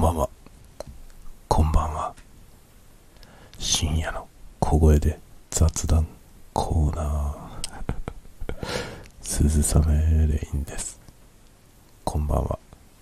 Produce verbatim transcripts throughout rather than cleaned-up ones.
ばんは。こんばんは。深夜の小声で雑談コーナー。鈴雨レインです。こんばんは。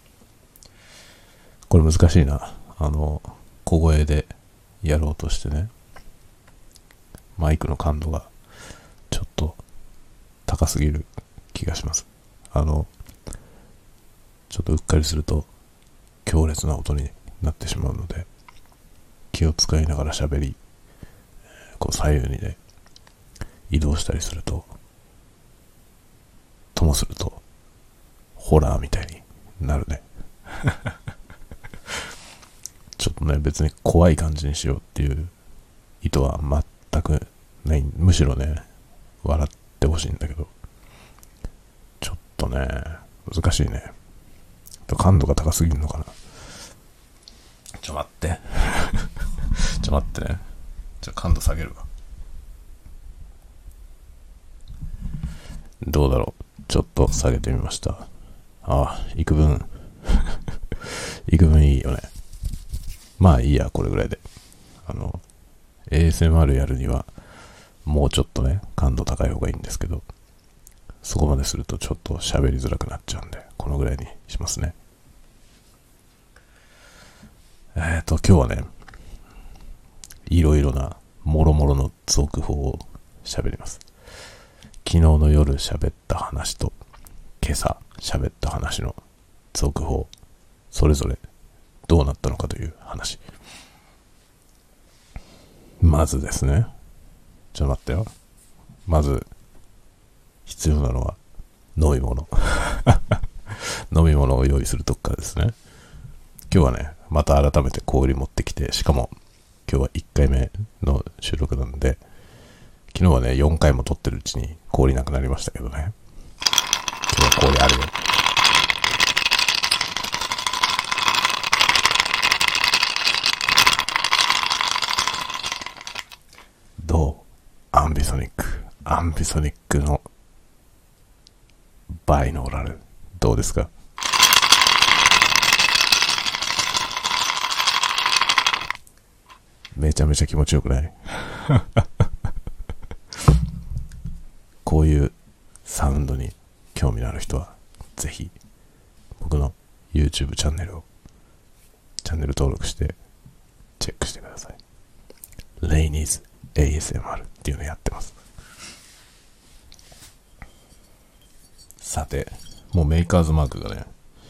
これ難しいな。あの、小声でやろうとしてね。マイクの感度がちょっと高すぎる気がします。あの、ちょっとうっかりすると強烈な音になってしまうので、気を使いながら喋り、こう左右にね、移動したりすると、ともすると、ホラーみたいになるね。ちょっとね、別に怖い感じにしようっていう意図は全くない。むしろね、笑ってほしいんだけど、ちょっとね、難しいね。感度が高すぎるのかな。ちょ待ってちょ待ってね。ちょ感度下げるわ。どうだろう。ちょっと下げてみました。ああ、幾分幾分いいよね。まあいいや、これぐらいで。あの エーエスエムアール やるにはもうちょっとね、感度高い方がいいんですけど、そこまでするとちょっと喋りづらくなっちゃうんで、このぐらいにしますね。えーと今日はね、いろいろなもろもろの続報を喋ります。昨日の夜喋った話と今朝喋った話の続報、それぞれどうなったのかという話。まずですね、ちょっと待ってよ。まず必要なのは飲み物飲み物を用意するとこからですね。今日はね、また改めて氷持ってきて、しかも今日はいっかいめの収録なんで、昨日はねよんかいも撮ってるうちに氷なくなりましたけどね。今日は氷あるよ。どう？アンビソニックアンビソニックのバイノーラルどうですか？めちゃめちゃ気持ちよくない？こういうサウンドに興味のある人はぜひ僕の YouTube チャンネルをチャンネル登録してチェックしてください。レイニーズ エーエスエムアール っていうのやってます。さて、もうメーカーズマークがね、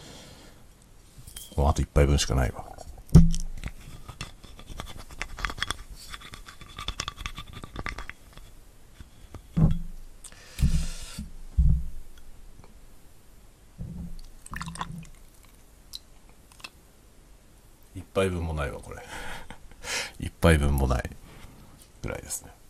もうあといっぱいぶんしかないわ。いっぱいぶんもないわこれいっぱいぶんもないぐらいですね。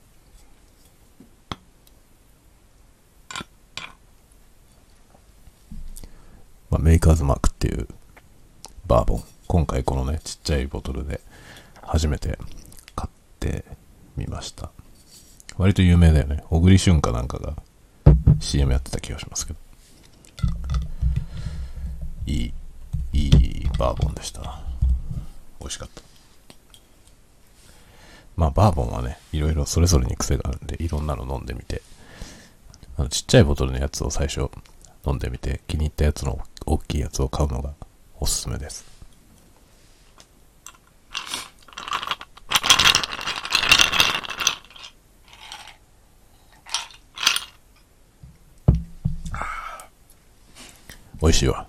まあ、メーカーズマークっていうバーボン、今回このねちっちゃいボトルで初めて買ってみました。割と有名だよね。小栗旬かなんかが シーエム やってた気がしますけど、いいいいバーボンでした。美味しかった。まあバーボンはね、いろいろそれぞれに癖があるんで、いろんなの飲んでみて、あのちっちゃいボトルのやつを最初飲んでみて、気に入ったやつの大きいやつを買うのがおすすめです。美味しいわ。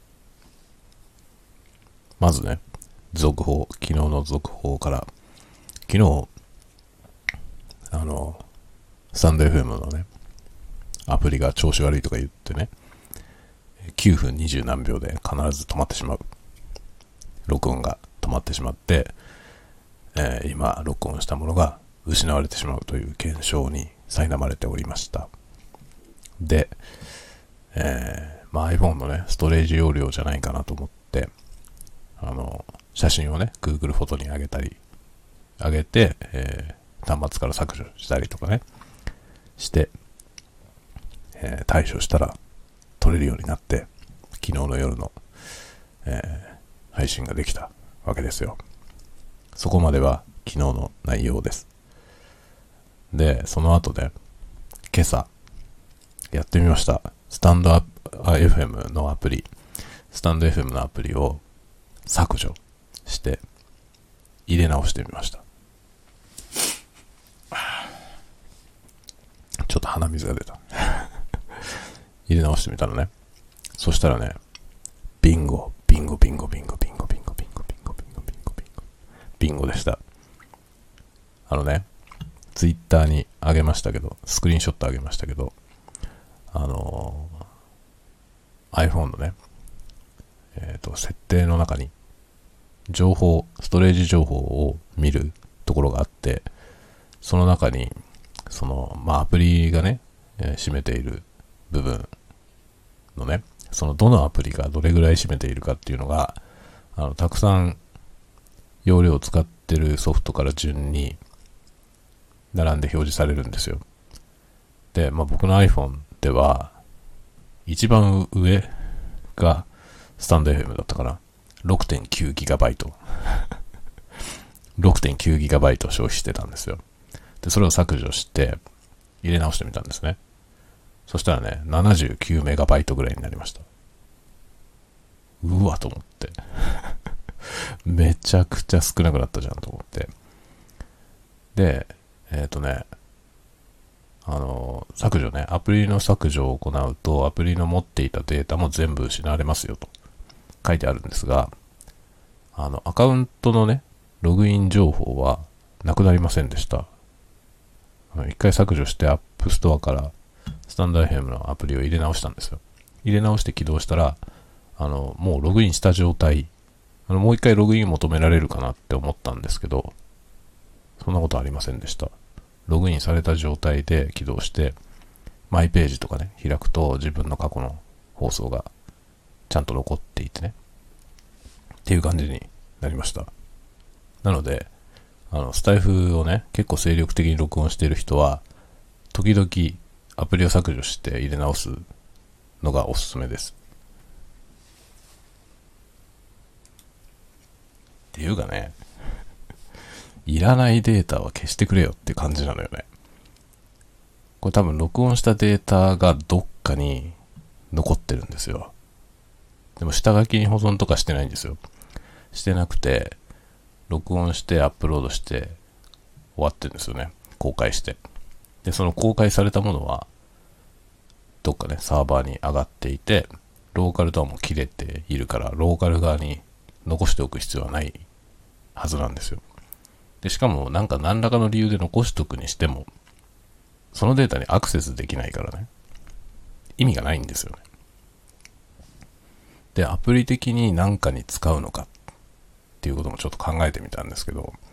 まずね、続報、昨日の続報から、昨日あのスタンド エフエム のねアプリが調子悪いとか言ってね、きゅうふんにじゅうなんびょうで必ず止まってしまう、録音が止まってしまって、えー、今録音したものが失われてしまうという現象に苛まれておりました。で、えーまあ、iPhone のねストレージ容量じゃないかなと思って、あの写真をね Google フォトに上げたり上げて、えー、端末から削除したりとかねして、えー、対処したら撮れるようになって、昨日の夜の、えー、配信ができたわけですよ。そこまでは昨日の内容です。で、その後で、今朝、やってみました。スタンドアップ、エフエム のアプリ、スタンド エフエム のアプリを削除して、入れ直してみました。ちょっと鼻水が出た。入れ直してみたのね。そしたらね、ビンゴ、ビンゴ、ビンゴ、ビンゴ、ビンゴ、ビンゴ、ビンゴ、ビンゴ、ビンゴ、ビンゴ、ビンゴ、ビンゴでした。あのね、ツイッターにあげましたけど、スクリーンショットあげましたけど、あのー、iPhone のね、えっと、設定の中に、情報、ストレージ情報を見るところがあって、その中に、その、まあ、アプリがね、えー、占めている部分のね、そのどのアプリがどれぐらい占めているかっていうのが、あの、たくさん容量を使ってるソフトから順に並んで表示されるんですよ。で、まあ、僕の iPhone では、一番上がスタンド エフエム だったかな。ろくてんきゅうギガバイト。ろくてんきゅうギガバイト消費してたんですよ。で、それを削除して入れ直してみたんですね。そしたらね、ななじゅうきゅうメガバイトぐらいになりました。うわと思って。めちゃくちゃ少なくなったじゃんと思って。で、えっとね、あの、削除ね、アプリの削除を行うと、アプリの持っていたデータも全部失われますよと書いてあるんですが、あの、アカウントのね、ログイン情報はなくなりませんでした。一回削除してアップストアからスタンド エフエム のアプリを入れ直したんですよ。入れ直して起動したら、あの、もうログインした状態、あのもう一回ログイン求められるかなって思ったんですけど、そんなことありませんでした。ログインされた状態で起動して、マイページとかね、開くと自分の過去の放送がちゃんと残っていてね、っていう感じになりました。なので、あの、スタイフをね、結構精力的に録音している人は、時々アプリを削除して入れ直すのがおすすめです。っていうかね、いらないデータは消してくれよって感じなのよね。これ多分録音したデータがどっかに残ってるんですよ。でも下書きに保存とかしてないんですよ。してなくて、録音してアップロードして終わってるんですよね。公開して。で、その公開されたものは、どっかね、サーバーに上がっていて、ローカルとはもう切れているから、ローカル側に残しておく必要はないはずなんですよ。で、しかもなんか何らかの理由で残しとくにしても、そのデータにアクセスできないからね、意味がないんですよね。で、アプリ的に何かに使うのかっていうこともちょっと考えてみたんですけど、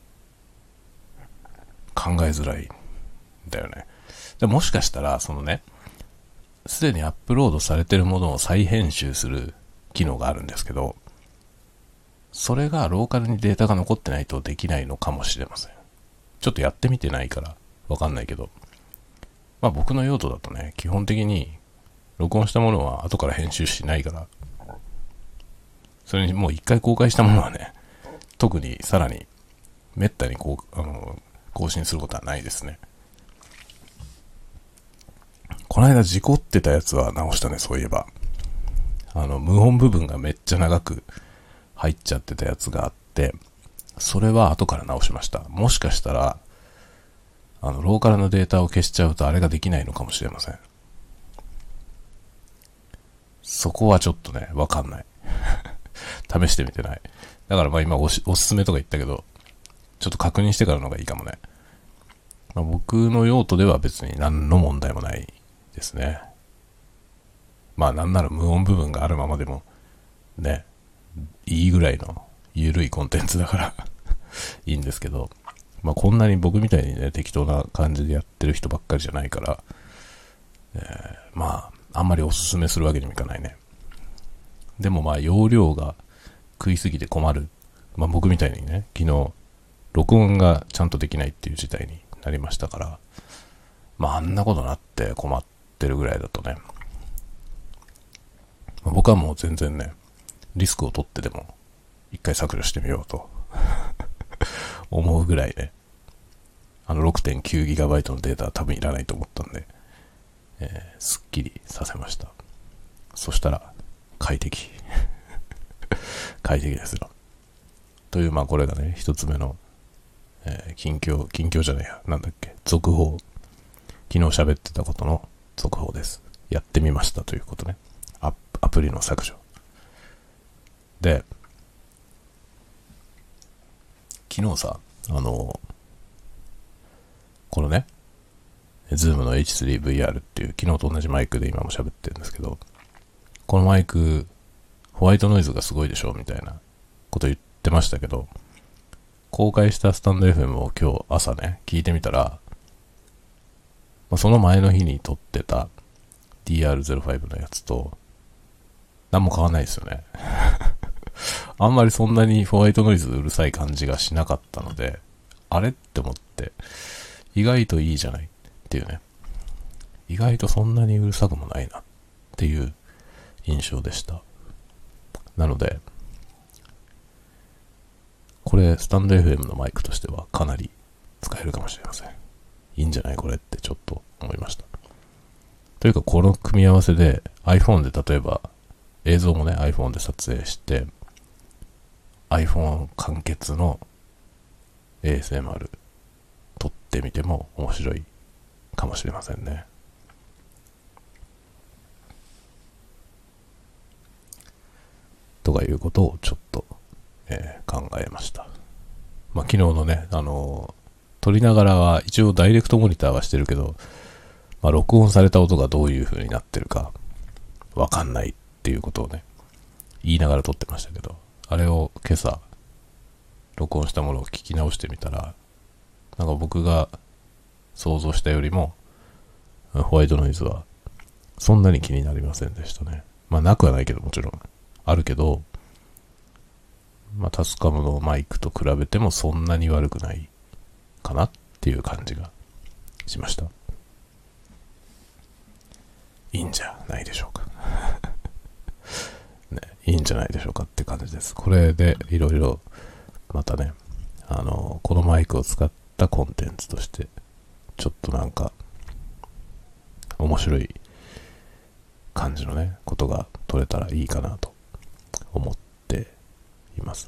考えづらいんだよね。でもしかしたら、そのね、すでにアップロードされているものを再編集する機能があるんですけど、それがローカルにデータが残ってないとできないのかもしれません。ちょっとやってみてないからわかんないけど、まあ僕の用途だとね、基本的に録音したものは後から編集しないから、それにもう一回公開したものはね、特にさらにめったにこうあの更新することはないですね。この間事故ってたやつは直したね、そういえば。あの無音部分がめっちゃ長く入っちゃってたやつがあって、それは後から直しました。もしかしたらあのローカルのデータを消しちゃうとあれができないのかもしれません。そこはちょっとね、わかんない。試してみてない。だからまあ今おしおすすめとか言ったけど、ちょっと確認してからの方がいいかもね。まあ、僕の用途では別に何の問題もないですね。まあなんなら無音部分があるままでもね、いいぐらいの緩いコンテンツだからいいんですけど、まあこんなに僕みたいにね適当な感じでやってる人ばっかりじゃないから、えー、まああんまりおすすめするわけにもいかないね。でもまあ容量が食いすぎて困る、まあ僕みたいにね、昨日録音がちゃんとできないっていう事態になりましたから、まああんなことなって困ってるぐらいだとね、まあ、僕はもう全然ねリスクを取ってでも一回削除してみようと思うぐらいね、あの ろくてんきゅうギガバイト のデータは多分いらないと思ったんで、えー、すっきりさせました。そしたら快適快適ですよ。という、まあこれがね、一つ目の、えー、近況、近況じゃないや、なんだっけ、続報。昨日喋ってたことの続報です。やってみましたということね。ア、アプリの削除。で、昨日さ、あの、このね、Zoom の エイチスリーブイアール っていう、昨日と同じマイクで今も喋ってるんですけど、このマイク、ホワイトノイズがすごいでしょみたいなこと言ってましたけど、公開したスタンド エフエム を今日朝ね、聞いてみたら、まあ、その前の日に撮ってた ディーアールゼロファイブ のやつと、何も変わんないですよね。あんまりそんなにホワイトノイズうるさい感じがしなかったので、あれって思って、意外といいじゃないっていうね。意外とそんなにうるさくもないなっていう印象でした。なので、これスタンド エフエム のマイクとしてはかなり使えるかもしれません。いいんじゃないこれってちょっと思いました。というかこの組み合わせで iPhone で例えば映像もね iPhone で撮影して iPhone 完結の エーエスエムアール 撮ってみても面白いかもしれませんね。とかいうことをちょっと、えー、考えました。まあ昨日のね、あのー撮りながらは一応ダイレクトモニターはしてるけど、まあ、録音された音がどういう風になってるかわかんないっていうことをね言いながら撮ってましたけど、あれを今朝録音したものを聞き直してみたら、なんか僕が想像したよりもホワイトノイズはそんなに気になりませんでしたね。まあなくはないけど、もちろんあるけど、まあタスカムのマイクと比べてもそんなに悪くないかなっていう感じがしました。いいんじゃないでしょうか、ね、いいんじゃないでしょうかって感じです。これでいろいろまたね、あのこのマイクを使ったコンテンツとしてちょっとなんか面白い感じのねことが撮れたらいいかなと思っています。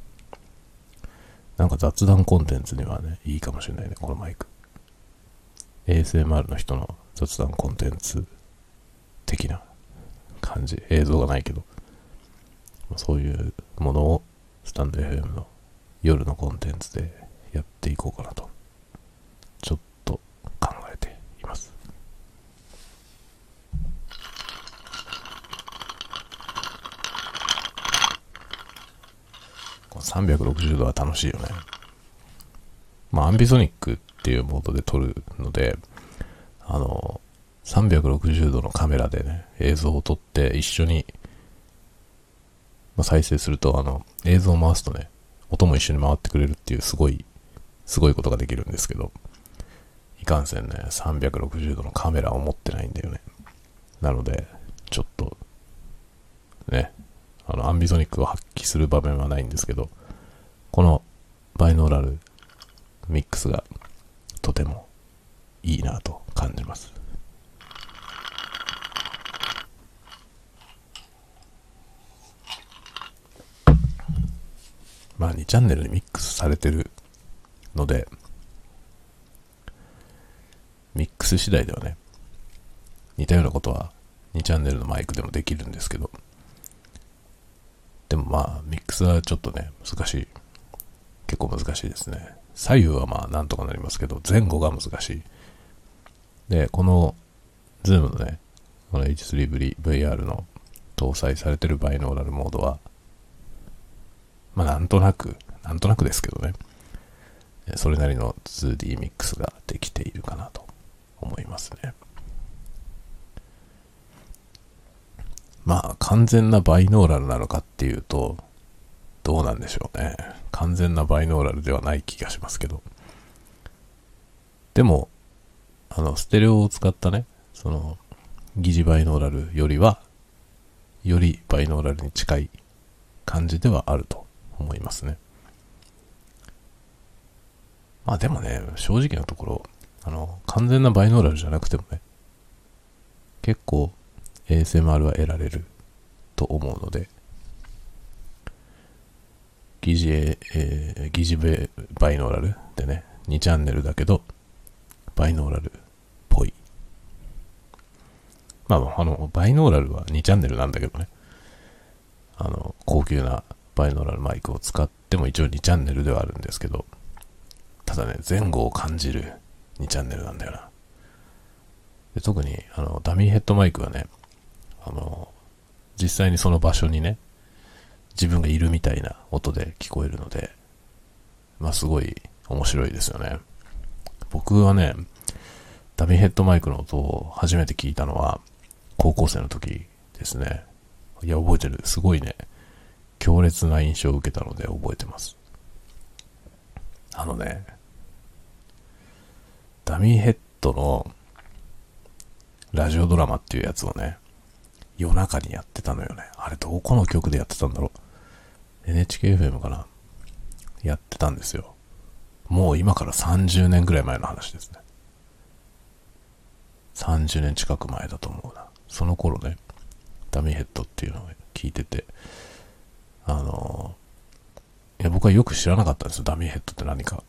なんか雑談コンテンツにはね、いいかもしれないね、このマイク。エーエスエムアール の人の雑談コンテンツ的な感じ。映像がないけど、そういうものをスタンド エフエム の夜のコンテンツでやっていこうかなと、ちょっと考えています。このさんびゃくろくじゅうどは楽しいよね。まあアンビソニックっていうモードで撮るので、あのさんびゃくろくじゅうどのカメラでね映像を撮って一緒に、まあ、再生すると、あの映像を回すとね音も一緒に回ってくれるっていうすごいすごいことができるんですけど、いかんせんねさんびゃくろくじゅうどのカメラを持ってないんだよね。なのでちょっとね、あのアンビソニックを発揮する場面はないんですけど、このバイノーラルミックスがとてもいいなと感じます。まあにチャンネルにミックスされてるので、ミックス次第ではね似たようなことはにチャンネルのマイクでもできるんですけど、でもまあミックスはちょっとね難しい、結構難しいですね。左右はまあなんとかなりますけど前後が難しい。でこの Zoom のねこの エイチスリーブイアール の搭載されてるバイノーラルモードはまあなんとなくなんとなくですけどね、それなりの ツーディー ミックスができているかなと思いますね。まあ完全なバイノーラルなのかっていうとどうなんでしょうね。完全なバイノーラルではない気がしますけど、でもあのステレオを使ったねその疑似バイノーラルよりはよりバイノーラルに近い感じではあると思いますね。まあでもね、正直なところ、あの、完全なバイノーラルじゃなくてもね、結構 エーエスエムアール は得られると思うので、疑似、えー、疑似ベバイノーラルでね、にチャンネルだけど、バイノーラルっぽい。まあ、あの、バイノーラルはにチャンネルなんだけどね、あの、高級なバイノーラルマイクを使っても一応にチャンネルではあるんですけど、ただね、前後を感じるにチャンネルなんだよな。で特に、あの、ダミーヘッドマイクはね、あの、実際にその場所にね、自分がいるみたいな音で聞こえるので、まあすごい面白いですよね。僕はね、ダミーヘッドマイクの音を初めて聞いたのは高校生の時ですね。いや、覚えてる。すごいね、強烈な印象を受けたので覚えてます。あのね、ダミーヘッドのラジオドラマっていうやつをね、夜中にやってたのよね。あれどこの局でやってたんだろう。エヌエイチケーエフエム かな。やってたんですよ。もう今からさんじゅうねんぐらい前の話ですね。さんじゅうねん近く前だと思うな。その頃ね、ダミーヘッドっていうのを聞いてて、あのいや僕はよく知らなかったんですよ、ダミーヘッドって何か。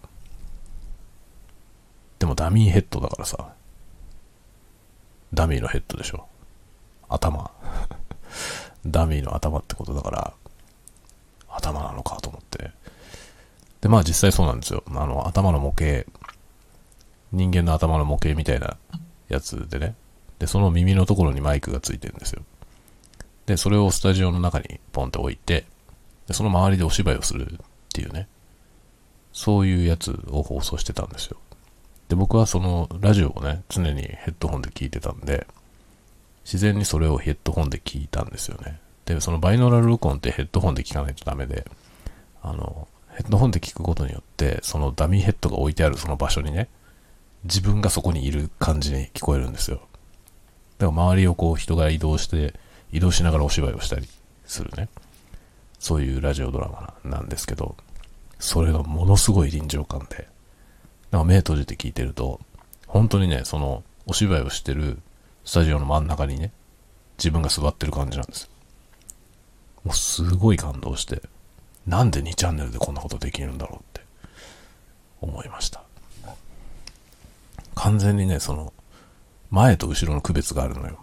でもダミーヘッドだからさ、ダミーのヘッドでしょ、頭ダミーの頭ってことだから頭なのかと思って、でまあ実際そうなんですよ。あの頭の模型、人間の頭の模型みたいなやつでね、でその耳のところにマイクがついてるんですよ。でそれをスタジオの中にポンって置いて、でその周りでお芝居をするっていうね、そういうやつを放送してたんですよ。で僕はそのラジオをね、常にヘッドホンで聞いてたんで、自然にそれをヘッドホンで聞いたんですよね。でそのバイノーラル録音ってヘッドホンで聞かないとダメで、あのヘッドホンで聞くことによって、そのダミーヘッドが置いてあるその場所にね、自分がそこにいる感じに聞こえるんですよ。だから周りをこう人が移動して移動しながらお芝居をしたりするね、そういうラジオドラマなんですけど、それがものすごい臨場感で、なんか目閉じて聞いてると本当にね、そのお芝居をしてるスタジオの真ん中にね、自分が座ってる感じなんですよ。もうすごい感動して、なんでにチャンネルでこんなことできるんだろうって思いました。完全にね、その前と後ろの区別があるのよ。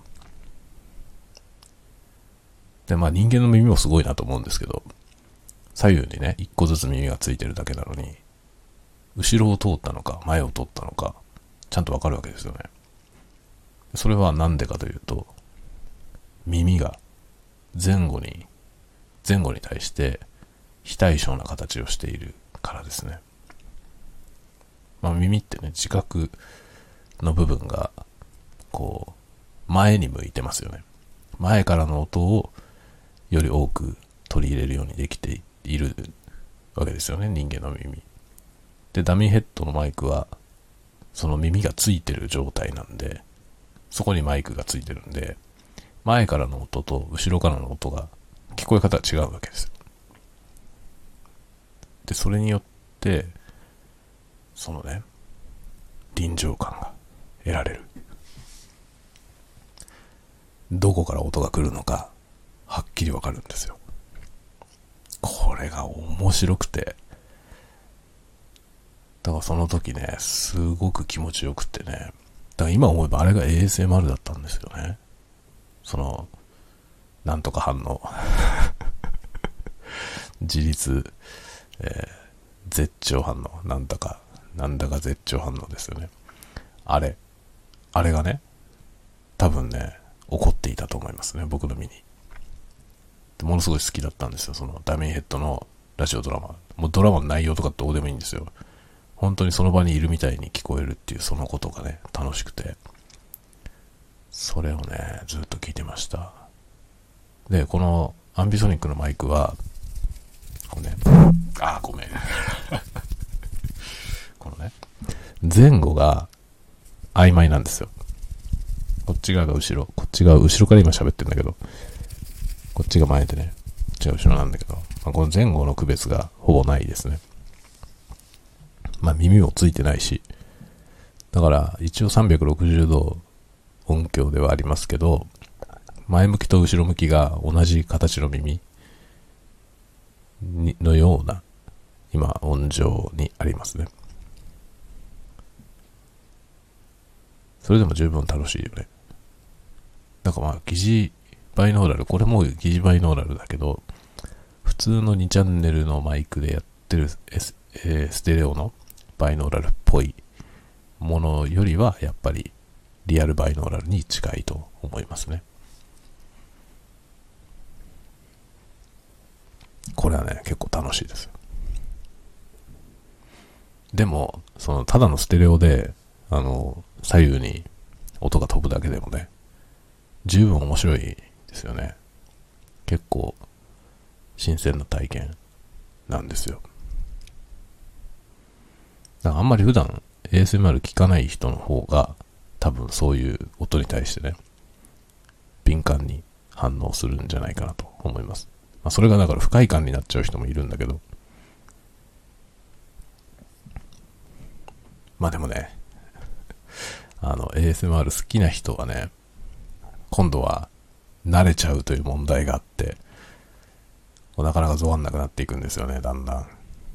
でまあ人間の耳もすごいなと思うんですけど、左右にね一個ずつ耳がついてるだけなのに、後ろを通ったのか前を通ったのかちゃんとわかるわけですよね。それはなんでかというと、耳が前後に前後に対して非対称な形をしているからですね。まあ耳ってね、自覚の部分がこう前に向いてますよね。前からの音をより多く取り入れるようにできているわけですよね、人間の耳で。ダミーヘッドのマイクはその耳がついてる状態なんで、そこにマイクがついてるんで、前からの音と後ろからの音が聞こえ方が違うわけですよ。でそれによってそのね、臨場感が得られる。どこから音が来るのかはっきりわかるんですよ。これが面白くて、だからその時ね、すごく気持ちよくってね、だから今思えばあれが エーエスエムアール だったんですよね。そのなんとか反応自律、えー、絶頂反応、なんだかなんだか絶頂反応ですよね。あれあれがね、多分ね起こっていたと思いますね、僕の身に。ものすごい好きだったんですよ、そのダミーヘッドのラジオドラマ。もうドラマの内容とかどうでもいいんですよ。本当にその場にいるみたいに聞こえるっていうそのことがね、楽しくて、それをねずっと聞いてました。でこのアンビソニックのマイクはこのね、あーごめんこのね前後が曖昧なんですよ。こっち側が後ろ、こっち側後ろから今喋ってるんだけど、こっちが前でね、こっちが後ろなんだけど、ままあ、この前後の区別がほぼないですね。まあ耳もついてないし、だから一応さんびゃくろくじゅうど音響ではありますけど、前向きと後ろ向きが同じ形の耳にのような今音情にありますね。それでも十分楽しいよね。なんかまあ疑似バイノーラル、これも疑似バイノーラルだけど、普通のにチャンネルのマイクでやってる S、えー、ステレオのバイノーラルっぽいものよりはやっぱりリアルバイノーラルに近いと思いますね。これはね結構楽しいですよ。でもそのただのステレオであの左右に音が飛ぶだけでもね十分面白いですよね。結構新鮮な体験なんですよ。だからあんまり普段 エーエスエムアール 聞かない人の方が多分そういう音に対してね敏感に反応するんじゃないかなと思います。まあ、それがだから不快感になっちゃう人もいるんだけど、まあでもねあの エーエスエムアール 好きな人はね今度は慣れちゃうという問題があって、なかなかゾワんなくなっていくんですよね。だんだん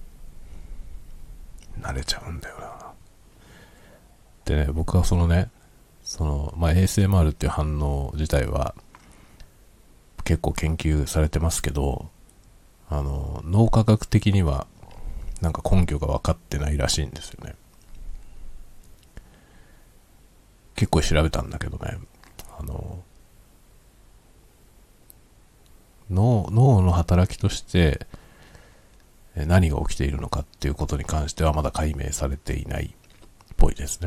慣れちゃうんだよな。でね、僕はそのねその、まあ、エーエスエムアール っていう反応自体は結構研究されてますけど、あの脳科学的にはなんか根拠が分かってないらしいんですよね。結構調べたんだけどね、あの脳、脳の働きとして何が起きているのかっていうことに関してはまだ解明されていないっぽいですね。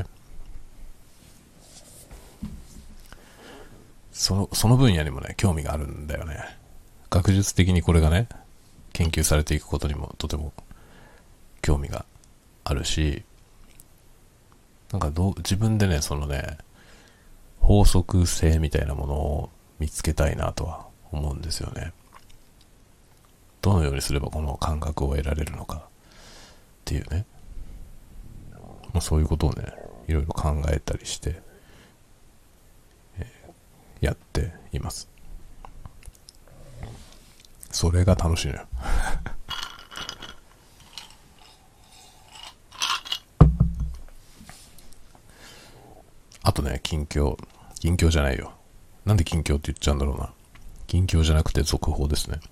その、その分野にもね、興味があるんだよね。学術的にこれがね、研究されていくことにもとても興味があるし、なんかどう、自分でね、そのね、法則性みたいなものを見つけたいなとは思うんですよね。どのようにすればこの感覚を得られるのかっていうね、まあ、そういうことをね、いろいろ考えたりして、えー、やっています。それが楽しいのよ。あとね、近況。近況じゃないよ。なんで近況って言っちゃうんだろうな。近況じゃなくて続報ですね。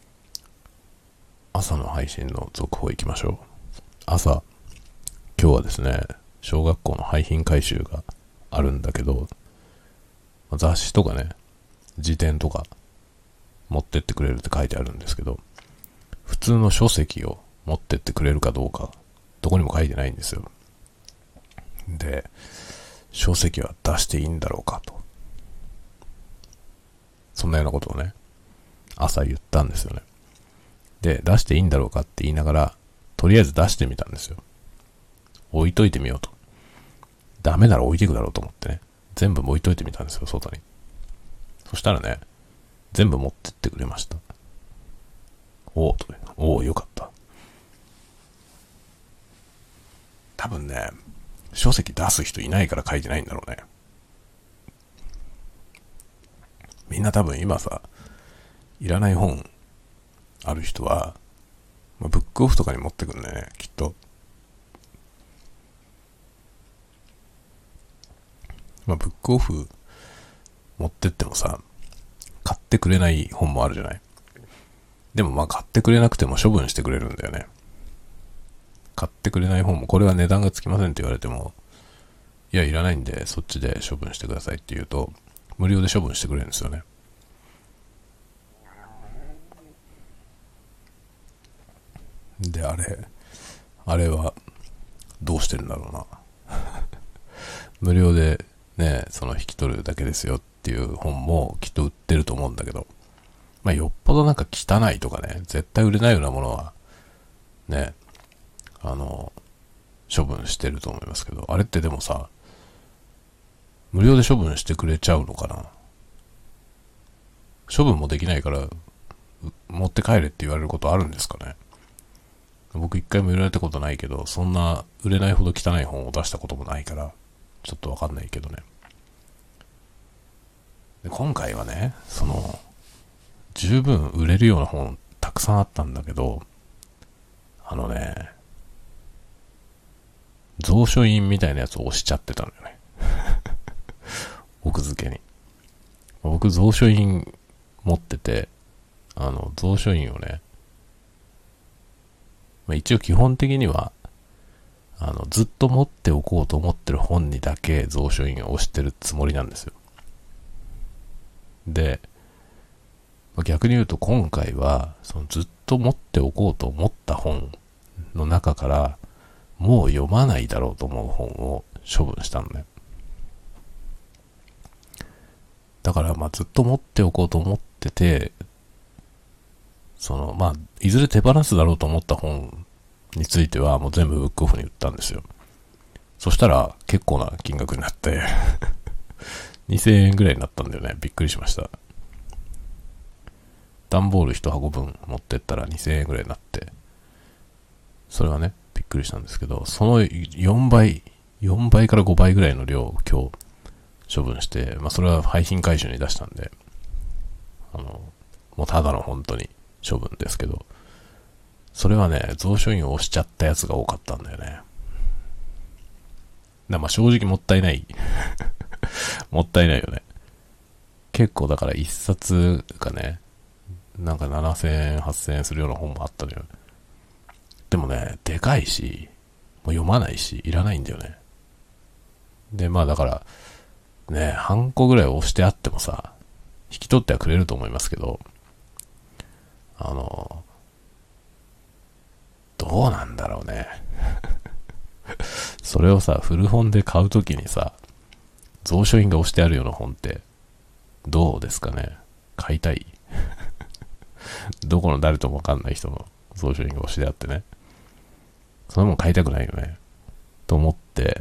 朝の配信の続報いきましょう。朝、今日はですね、小学校の廃品回収があるんだけど、雑誌とかね、辞典とか持ってってくれるって書いてあるんですけど、普通の書籍を持ってってくれるかどうか、どこにも書いてないんですよ。で、書籍は出していいんだろうかと。そんなようなことをね、朝言ったんですよね。で、出していいんだろうかって言いながら、とりあえず出してみたんですよ。置いといてみようと。ダメなら置いていくだろうと思ってね。全部置いといてみたんですよ、外に。そしたらね、全部持ってってくれました。おお、おお、よかった。多分ね、書籍出す人いないから書いてないんだろうね。みんな多分今さ、いらない本ある人は、まあ、ブックオフとかに持ってくるんだよね、きっと。まあ、ブックオフ持ってってもさ、買ってくれない本もあるじゃない。でもまあ買ってくれなくても処分してくれるんだよね。買ってくれない本も、これは値段がつきませんって言われても、いやいらないんでそっちで処分してくださいって言うと、無料で処分してくれるんですよね。で、あれ、あれはどうしてるんだろうな。無料でね、その引き取るだけですよっていう本もきっと売ってると思うんだけど、まあよっぽどなんか汚いとかね、絶対売れないようなものはね、あの処分してると思いますけど、あれってでもさ、無料で処分してくれちゃうのかな。処分もできないから持って帰れって言われることあるんですかね。僕一回も売られたことないけど、そんな売れないほど汚い本を出したこともないから、ちょっとわかんないけどね。で今回はね、その、十分売れるような本たくさんあったんだけど、あのね、蔵書印みたいなやつを押しちゃってたのよね。奥付けに。僕蔵書印持ってて、あの、蔵書印をね、まあ、一応基本的には、あの、ずっと持っておこうと思ってる本にだけ蔵書印を押してるつもりなんですよ。で、逆に言うと今回は、そのずっと持っておこうと思った本の中から、もう読まないだろうと思う本を処分したのね。だから、まあずっと持っておこうと思ってて、その、まあ、いずれ手放すだろうと思った本については、もう全部ブックオフに売ったんですよ。そしたら、結構な金額になって、にせんえんぐらいになったんだよね。びっくりしました。段ボールいち箱分持ってったらにせんえんぐらいになって、それはね、びっくりしたんですけど、そのよんばい、よんばいからごばいぐらいの量を今日処分して、まあそれは廃品回収に出したんで、あの、もうただの本当に処分ですけど、それはね、蔵書印を押しちゃったやつが多かったんだよね。だまあ正直もったいない。もったいないよね。結構だから一冊がね、なんかななせんえん、はっせんえんするような本もあったのよ。でもね、でかいし、もう読まないし、いらないんだよね。で、まあだから、ね、半個ぐらい押してあってもさ、引き取ってはくれると思いますけど、あの、どうなんだろうね。それをさ、古本で買うときにさ、蔵書印が押してあるような本って、どうですかね。買いたいどこの誰ともわかんない人の蔵書印が押してあってね。そんなもん買いたくないよね。と思って、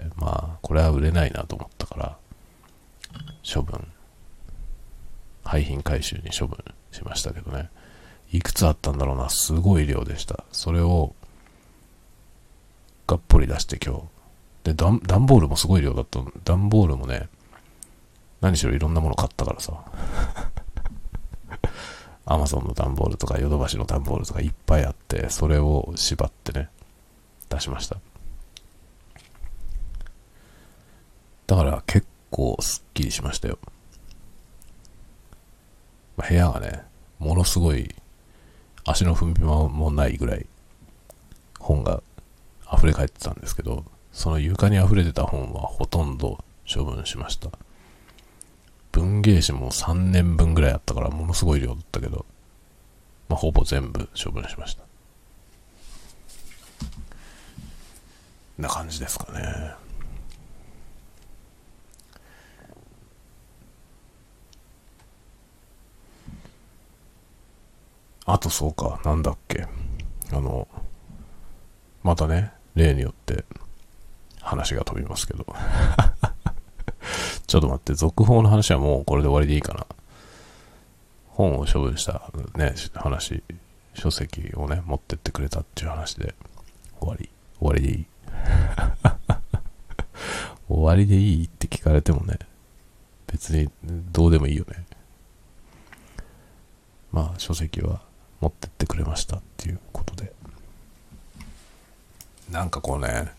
まあ、これは売れないなと思ったから、処分。廃品回収に処分しましたけどね。いくつあったんだろうな。すごい量でした。それを、がっぽり出して今日。で、段ボールもすごい量だった。段ボールもね、何しろいろんなもの買ったからさ。アマゾンの段ボールとかヨドバシの段ボールとかいっぱいあって、それを縛ってね、出しました。だから結構スッキリしましたよ。まあ、部屋がね、ものすごい足の踏み間もないぐらい本が溢れ返ってたんですけど、その床に溢れてた本はほとんど処分しました。文芸誌もさんねんぶんぐらいあったからものすごい量だったけど、まあ、ほぼ全部処分しました。な感じですかね。あとそうか、なんだっけ。あの、またね、例によって話が飛びますけど。ちょっと待って、続報の話はもうこれで終わりでいいかな。本を処分したね、話、書籍をね、持ってってくれたっていう話で終わり。終わりでいい。終わりでいいって聞かれてもね、別にどうでもいいよね。まあ書籍は持ってってくれましたっていうことで、なんかこうね、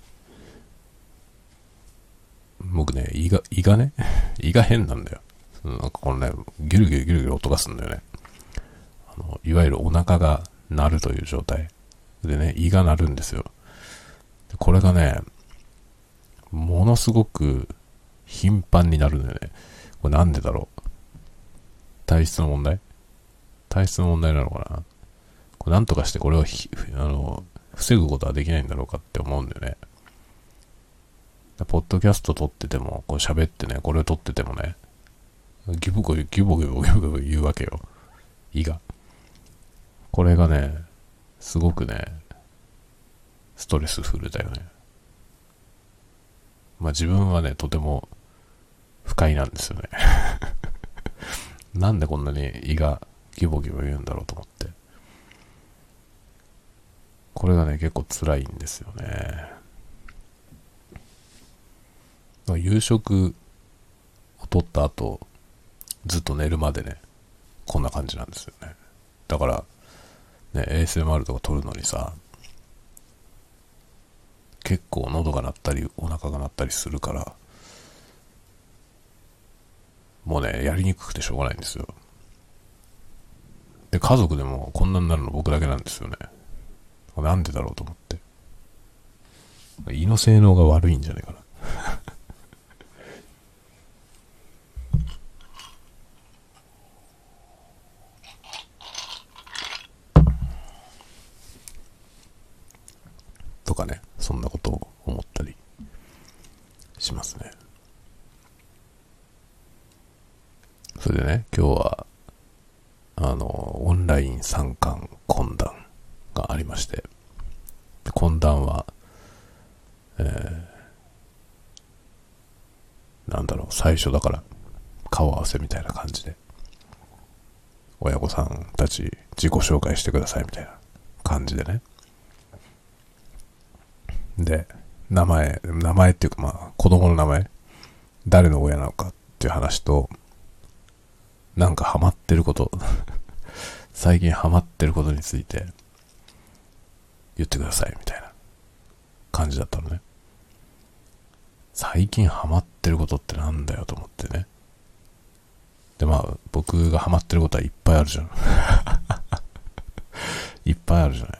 僕ね、胃が、胃がね、胃が変なんだよ。なんかこのね、ギュルギュルギュルギュル音がするんだよね。あの、いわゆるお腹が鳴るという状態。でね、胃が鳴るんですよ。これがね、ものすごく頻繁になるんだよね。これなんでだろう。体質の問題体質の問題なのかな。これなんとかしてこれをひあの防ぐことはできないんだろうかって思うんだよね。ポッドキャスト撮ってても、こう喋ってね、これを撮っててもね、ギブゴギブゴギブゴギブゴ言うわけよ。胃が。これがね、すごくね、ストレスフルだよね。まあ自分はね、とても不快なんですよね。なんでこんなに胃がギボギボ言うんだろうと思って。これがね、結構辛いんですよね。夕食を取った後、ずっと寝るまでね、こんな感じなんですよね。だから、ね、エーエスエムアール とか撮るのにさ、結構喉が鳴ったり、お腹が鳴ったりするから、もうね、やりにくくてしょうがないんですよ。で、家族でもこんなになるの僕だけなんですよね。なんでだろうと思って。胃の性能が悪いんじゃないかな。とかね、そんなことを思ったりしますね。それでね、今日は、あの、オンライン参観懇談がありまして、で懇談は、えー、なんだろう、最初だから顔合わせみたいな感じで、親御さんたち自己紹介してくださいみたいな感じでね。で、名前、名前っていうかまあ、子供の名前、誰の親なのかっていう話と、なんかハマってること、最近ハマってることについて言ってくださいみたいな感じだったのね。最近ハマってることってなんだよと思ってね。でまあ僕がハマってることはいっぱいあるじゃん。いっぱいあるじゃない。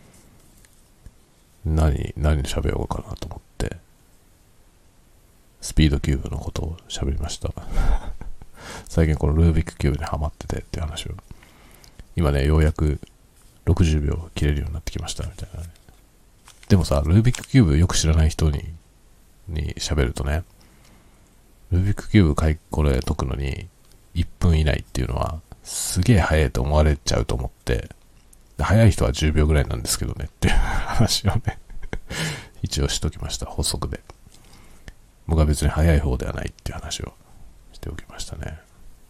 何何喋ろうかなと思ってスピードキューブのことを喋りました。最近このルービックキューブにハマっててっていう話を、今ねようやくろくじゅうびょう切れるようになってきましたみたいなね。でもさ、ルービックキューブよく知らない人にに喋るとね、ルービックキューブかいこれ解くのにいっぷん以内っていうのはすげえ早いと思われちゃうと思って、早い人はじゅうびょうぐらいなんですけどねっていう話をね一応しときました。補足で。僕は別に早い方ではないっていう話をしておきましたね。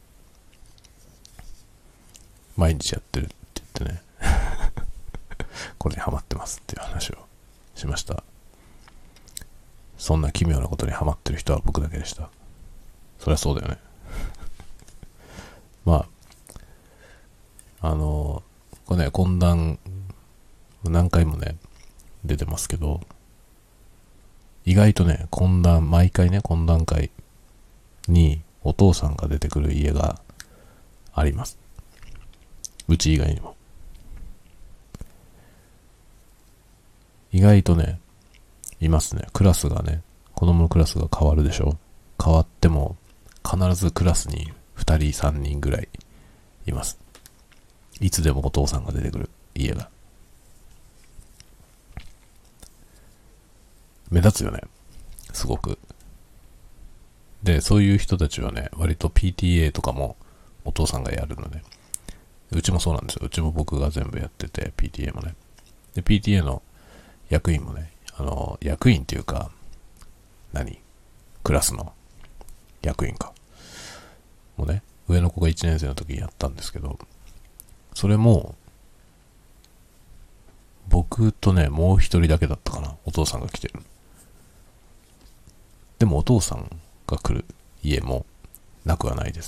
毎日やってるって言ってねこれにハマってますっていう話をしました。そんな奇妙なことにハマってる人は僕だけでした。そりゃそうだよねまああのこれね、懇談何回もね出てますけど、意外とね、懇談毎回ね、懇談会にお父さんが出てくる家があります。うち以外にも意外とねいますね。クラスがね、子供のクラスが変わるでしょ。変わっても必ずクラスにふたりさんにんぐらいいます。いつでもお父さんが出てくる家が目立つよね、すごく。で、そういう人たちはね、割と ピーティーエー とかもお父さんがやるので、うちもそうなんですよ。うちも僕が全部やってて、ピーティーエー もね。で、ピーティーエー の役員もね、あの、役員っていうか、何クラスの役員か。もうね、上の子がいちねん生の時にやったんですけど、それも、僕とね、もう一人だけだったかな。お父さんが来てる。でもお父さんが来る家もなくはないです。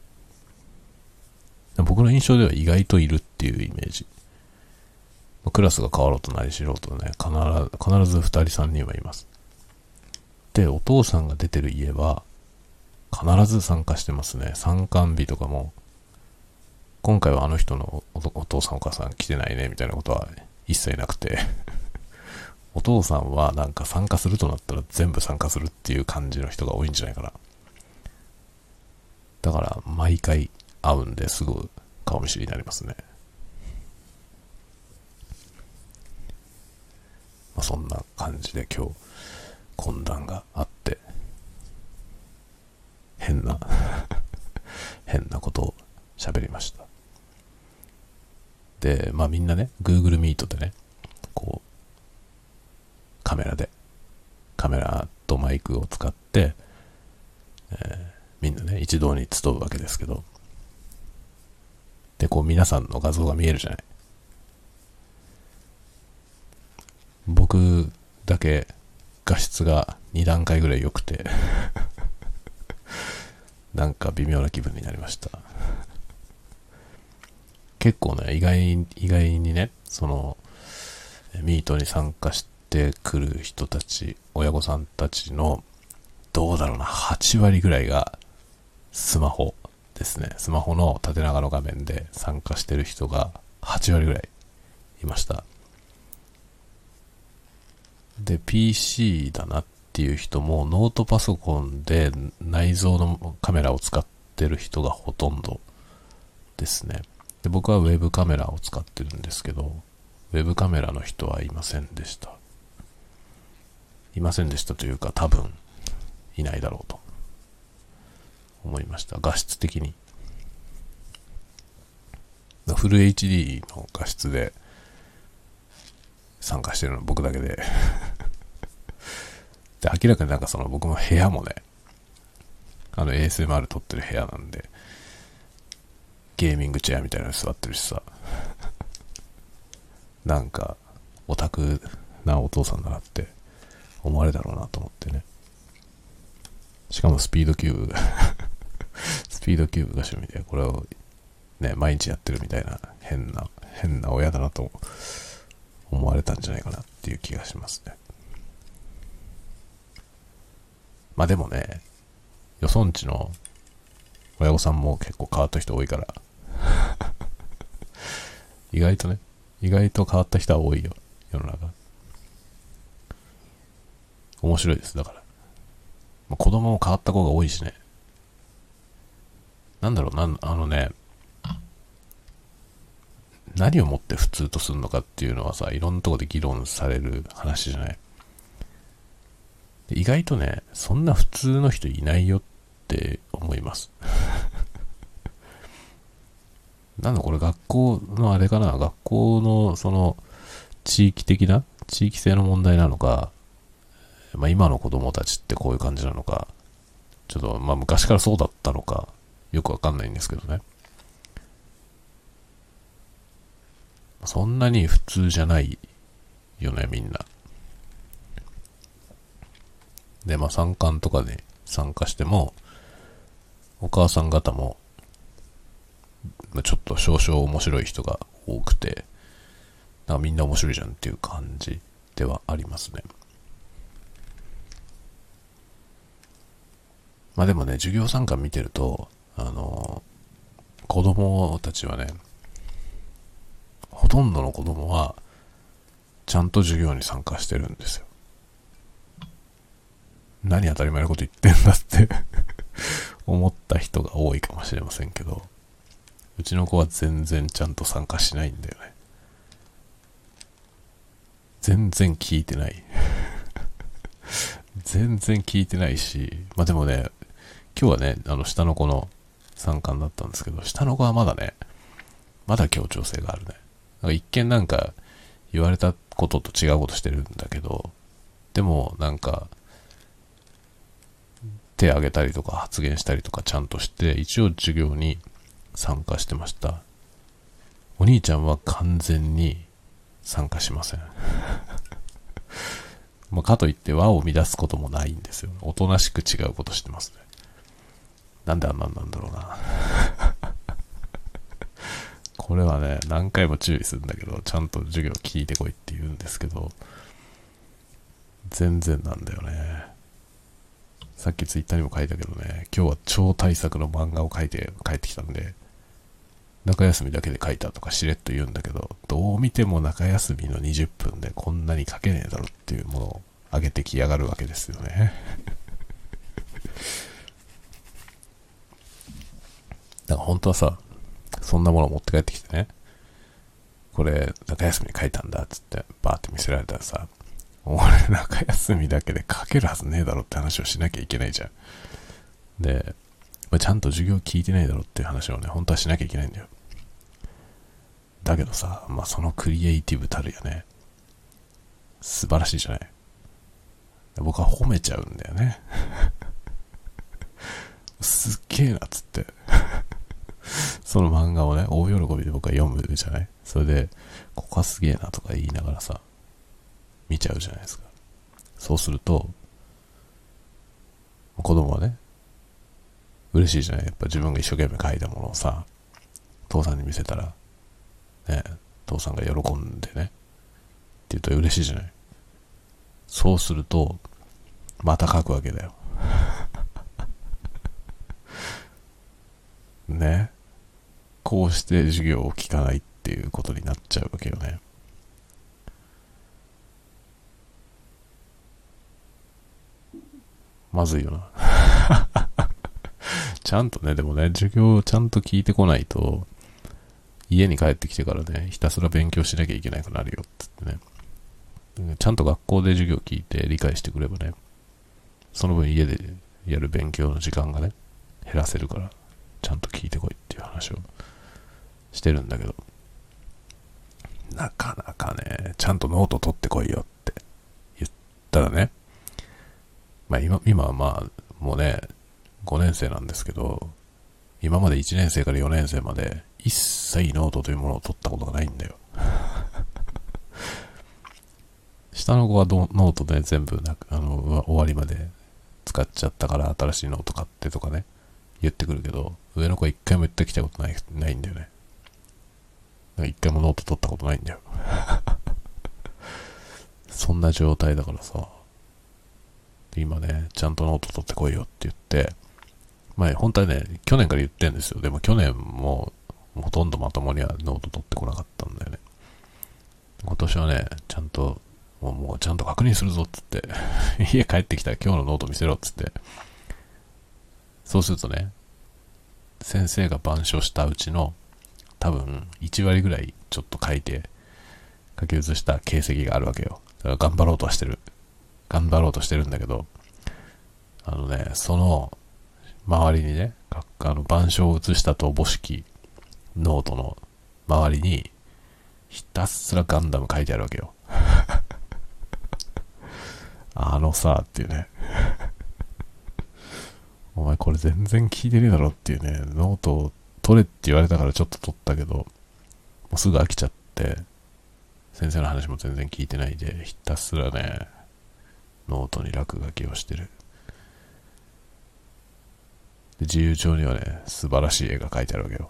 僕の印象では意外といるっていうイメージ。クラスが変わろうと何しろうとね、必ず、必ずふたりさんにんはいます。で、お父さんが出てる家は必ず参加してますね。参観日とかも、今回はあの人の お, お父さんお母さん来てないねみたいなことは一切なくてお父さんはなんか参加するとなったら全部参加するっていう感じの人が多いんじゃないかな。だから毎回会うんですぐ顔見知りになりますね。まあ、そんな感じで今日懇談があって変な変なことを喋りました。で、まあみんなね、Google Meet でね、こうカメラでカメラとマイクを使って、えー、みんなね一堂に集うわけですけど、ででこう皆さんの画像が見えるじゃない。僕だけ画質がに段階ぐらい良くてなんか微妙な気分になりました。結構ね、意外意外にね、そのミートに参加してくる人たち、親御さんたちのどうだろうな、はち割ぐらいがスマホですね。スマホの縦長の画面で参加してる人がはち割ぐらいいました。で ピーシー だなっていう人もノートパソコンで内蔵のカメラを使ってる人がほとんどですね。で僕はウェブカメラを使ってるんですけど、ウェブカメラの人はいませんでしたいませんでしたというか、多分いないだろうと思いました。画質的にフル エイチディー の画質で参加してるのは僕だけでで明らかになんかその僕の部屋もね、あの エーエスエムアール 撮ってる部屋なんでゲーミングチェアみたいなのに座ってるしさなんかオタクなお父さんだなって思われたろうなと思ってね。しかもスピードキューブスピードキューブが趣味でこれをね毎日やってるみたいな変な変な親だなと思われたんじゃないかなっていう気がしますね。まあでもね、よそんちの親御さんも結構変わった人多いから意外とね、意外と変わった人は多いよ、世の中。面白いです。だから、まあ、子供も変わった子が多いしね。なんだろう、なんあのね、何をもって普通とするのかっていうのはさ、いろんなところで議論される話じゃない。意外とね、そんな普通の人いないよって思いますなんだこれ、学校のあれかな、学校のその地域的な地域性の問題なのか、まあ、今の子供たちってこういう感じなのか、ちょっとまあ昔からそうだったのかよくわかんないんですけどね。そんなに普通じゃないよね、みんな。で、まあ参観とかで参加しても、お母さん方も、ちょっと少々面白い人が多くて、なんかみんな面白いじゃんっていう感じではありますね。まあでもね、授業参観見てると、あの、子供たちはね、ほとんどの子供は、ちゃんと授業に参加してるんですよ。何当たり前のこと言ってんだって思った人が多いかもしれませんけど、うちの子は全然ちゃんと参加しないんだよね。全然聞いてない全然聞いてないし、まあでもね、今日はね、あの下の子の参観だったんですけど、下の子はまだね、まだ協調性があるね。なんか一見なんか言われたことと違うことしてるんだけど、でもなんか手挙げたりとか発言したりとかちゃんとして一応授業に参加してました。お兄ちゃんは完全に参加しませんまあかといって輪を乱すこともないんですよ。おとなしく違うことしてますね。なんであんなんなんだろうなこれはね、何回も注意するんだけど、ちゃんと授業聞いてこいって言うんですけど、全然なんだよね。さっきツイッターにも書いたけどね、今日は超大作の漫画を書いて帰ってきたんで、中休みだけで書いたとかしれっと言うんだけど、どう見ても中休みのにじゅっぷんでこんなに書けねえだろっていうものを上げてきやがるわけですよねだから本当はさ、そんなもの持って帰ってきてね、これ中休みに書いたんだっつってバーって見せられたらさ、俺中休みだけで書けるはずねえだろって話をしなきゃいけないじゃん。で、ちゃんと授業聞いてないだろっていう話をね、本当はしなきゃいけないんだよ。だけどさ、まあそのクリエイティブたるやね、素晴らしいじゃない。僕は褒めちゃうんだよねすっげえなっつってその漫画をね、大喜びで僕は読むじゃない。それで、ここはすげえなとか言いながらさ、見ちゃうじゃないですか。そうすると、子供はね、嬉しいじゃない。やっぱ自分が一生懸命書いたものをさ、父さんに見せたら、ね、父さんが喜んでね、って言うと嬉しいじゃない。そうすると、また書くわけだよ。ね。こうして授業を聞かないっていうことになっちゃうわけよね。まずいよな。ちゃんとね、でもね、授業をちゃんと聞いてこないと、家に帰ってきてからね、ひたすら勉強しなきゃいけなくなるよって言ってね。ちゃんと学校で授業を聞いて理解してくればね、その分家でやる勉強の時間がね、減らせるから、ちゃんと聞いてこいっていう話をしてるんだけど、なかなかね、ちゃんとノート取ってこいよって言ったらね、まあ今、今はまあ、もうね、ごねん生なんですけど、今までいちねん生からよねん生まで一切ノートというものを取ったことがないんだよ。下の子はノートで全部なあの終わりまで使っちゃったから新しいノート買ってとかね、言ってくるけど、上の子は一回も言ってきたことない、ないんだよね。一回もノート取ったことないんだよ。そんな状態だからさ、今ね、ちゃんとノート取ってこいよって言って、まあ本当はね、去年から言ってんですよ。でも去年もほとんどまともにはノート取ってこなかったんだよね。今年はね、ちゃんと、もう、もうちゃんと確認するぞっつって、家帰ってきたら今日のノート見せろっつって、そうするとね、先生が板書したうちの多分いち割ぐらいちょっと書いて書き写した形跡があるわけよ。だから頑張ろうとはしてる。頑張ろうとしてるんだけど、あのね、その周りにね、あの板書を写したとおぼしきノートの周りにひたすらガンダム書いてあるわけよ。あのさっていうね。お前これ全然聞いてねえだろっていうね、ノートを取れって言われたからちょっと取ったけど、もうすぐ飽きちゃって、先生の話も全然聞いてないで、ひたすらね、ノートに落書きをしてる。で自由帳にはね、素晴らしい絵が描いてあるわけよ。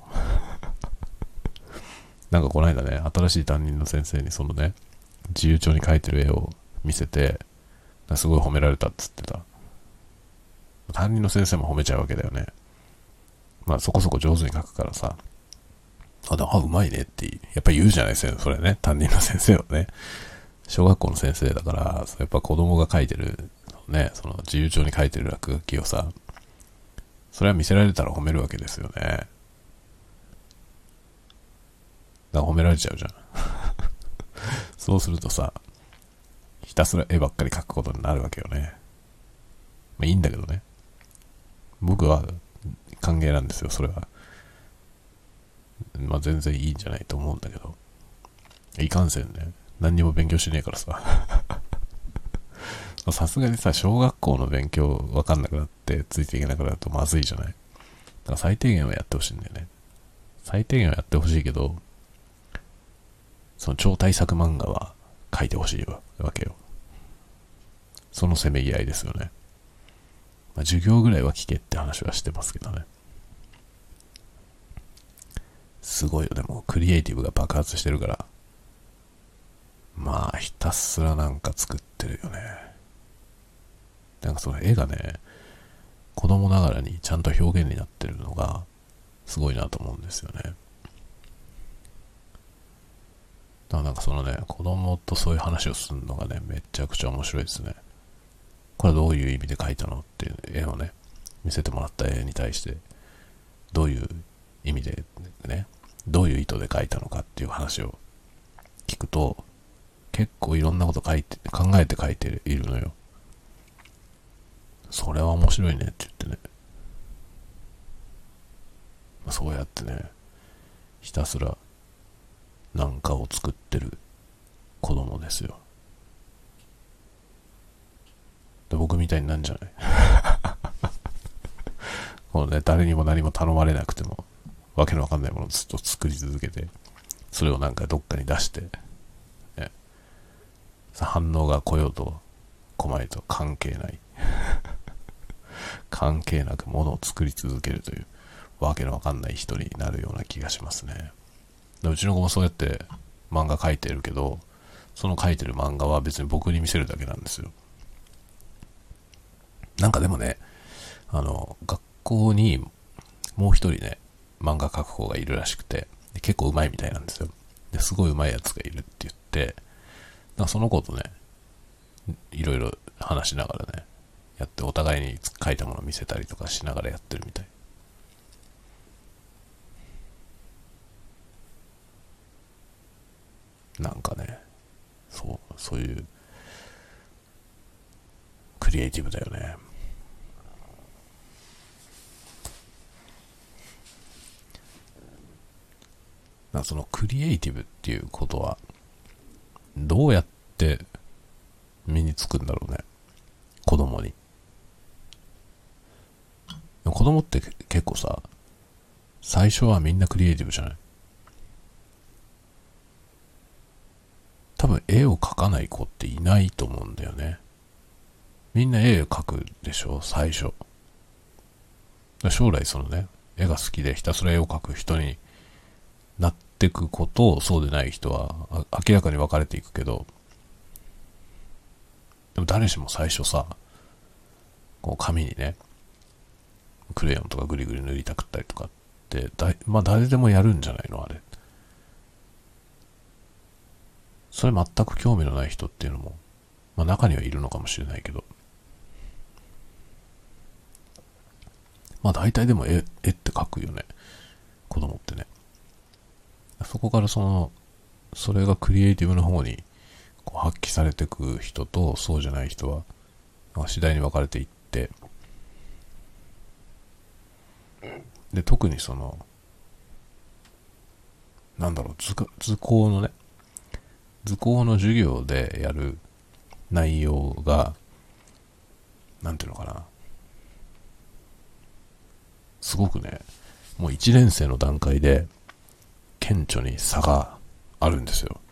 なんかこの間ね、新しい担任の先生にそのね、自由帳に描いてる絵を見せて、すごい褒められたっつってた。担任の先生も褒めちゃうわけだよね。まあそこそこ上手に描くからさ、あ、あ、うまいねって、やっぱ言うじゃないですか、それね、担任の先生はね。小学校の先生だから、やっぱ子供が書いてる、ね、その自由帳に書いてる落書きをさ、それは見せられたら褒めるわけですよね。だから褒められちゃうじゃん。そうするとさ、ひたすら絵ばっかり描くことになるわけよね。まあいいんだけどね。僕は歓迎なんですよ、それは。まあ全然いいんじゃないと思うんだけど。いかんせんね、何にも勉強しねえからさ。さすがにさ、小学校の勉強わかんなくなってついていけなくなるとまずいじゃない。だから最低限はやってほしいんだよね。最低限はやってほしいけど、その超大作漫画は書いてほしいわけよ。そのせめぎ合いですよね。まあ、授業ぐらいは聞けって話はしてますけどね。すごいよ、でもクリエイティブが爆発してるから、まあひたすらなんか作ってるよね。なんかその絵がね、子供ながらにちゃんと表現になってるのがすごいなと思うんですよね。だからなんかそのね、子供とそういう話をするのがね、めちゃくちゃ面白いですね。これはどういう意味で描いたのっていう絵をね、見せてもらった絵に対して、どういう意味でね、どういう意図で描いたのかっていう話を聞くと、結構いろんなこと書いて、考えて描いているのよ。それは面白いねって言ってね。そうやってね、ひたすらなんかを作ってる子供ですよ。で僕みたいになんじゃないこのね、誰にも何も頼まれなくても、 わけのわかんないものをずっと作り続けて、それをなんかどっかに出して、ね、反応が来ようと来まいと関係ない関係なくものを作り続けるというわけのわかんない人になるような気がしますね。でうちの子もそうやって漫画描いてるけど、その描いてる漫画は別に僕に見せるだけなんですよ。なんかでもね、あの学校にもう一人ね漫画描く子がいるらしくて、で結構うまいみたいなんですよ。ですごいうまいやつがいるって言って、なんかその子とねいろいろ話しながらねやって、お互いに描いたものを見せたりとかしながらやってるみたい。なんかね、そうそういうクリエイティブだよね。なんかそのクリエイティブっていうことはどうやって身につくんだろうね、子供に。子供って結構さ、最初はみんなクリエイティブじゃない？多分絵を描かない子っていないと思うんだよね。みんな絵を描くでしょ、最初。将来そのね、絵が好きでひたすら絵を描く人になっていく子と、そうでない人は明らかに分かれていくけど、でも誰しも最初さ、こう紙にね、クレヨンとかグリグリ塗りたくったりとかってだい、まあ誰でもやるんじゃないのあれ。それ全く興味のない人っていうのも、まあ中にはいるのかもしれないけど、まあ大体でも絵、絵って描くよね、子供ってね。そこからその、それがクリエイティブの方にこう発揮されていく人と、そうじゃない人は、まあ次第に分かれていって、で、特にその、なんだろう、図、図工のね、図工の授業でやる内容が、なんていうのかな、すごくね、もういちねん生の段階で顕著に差があるんですよ。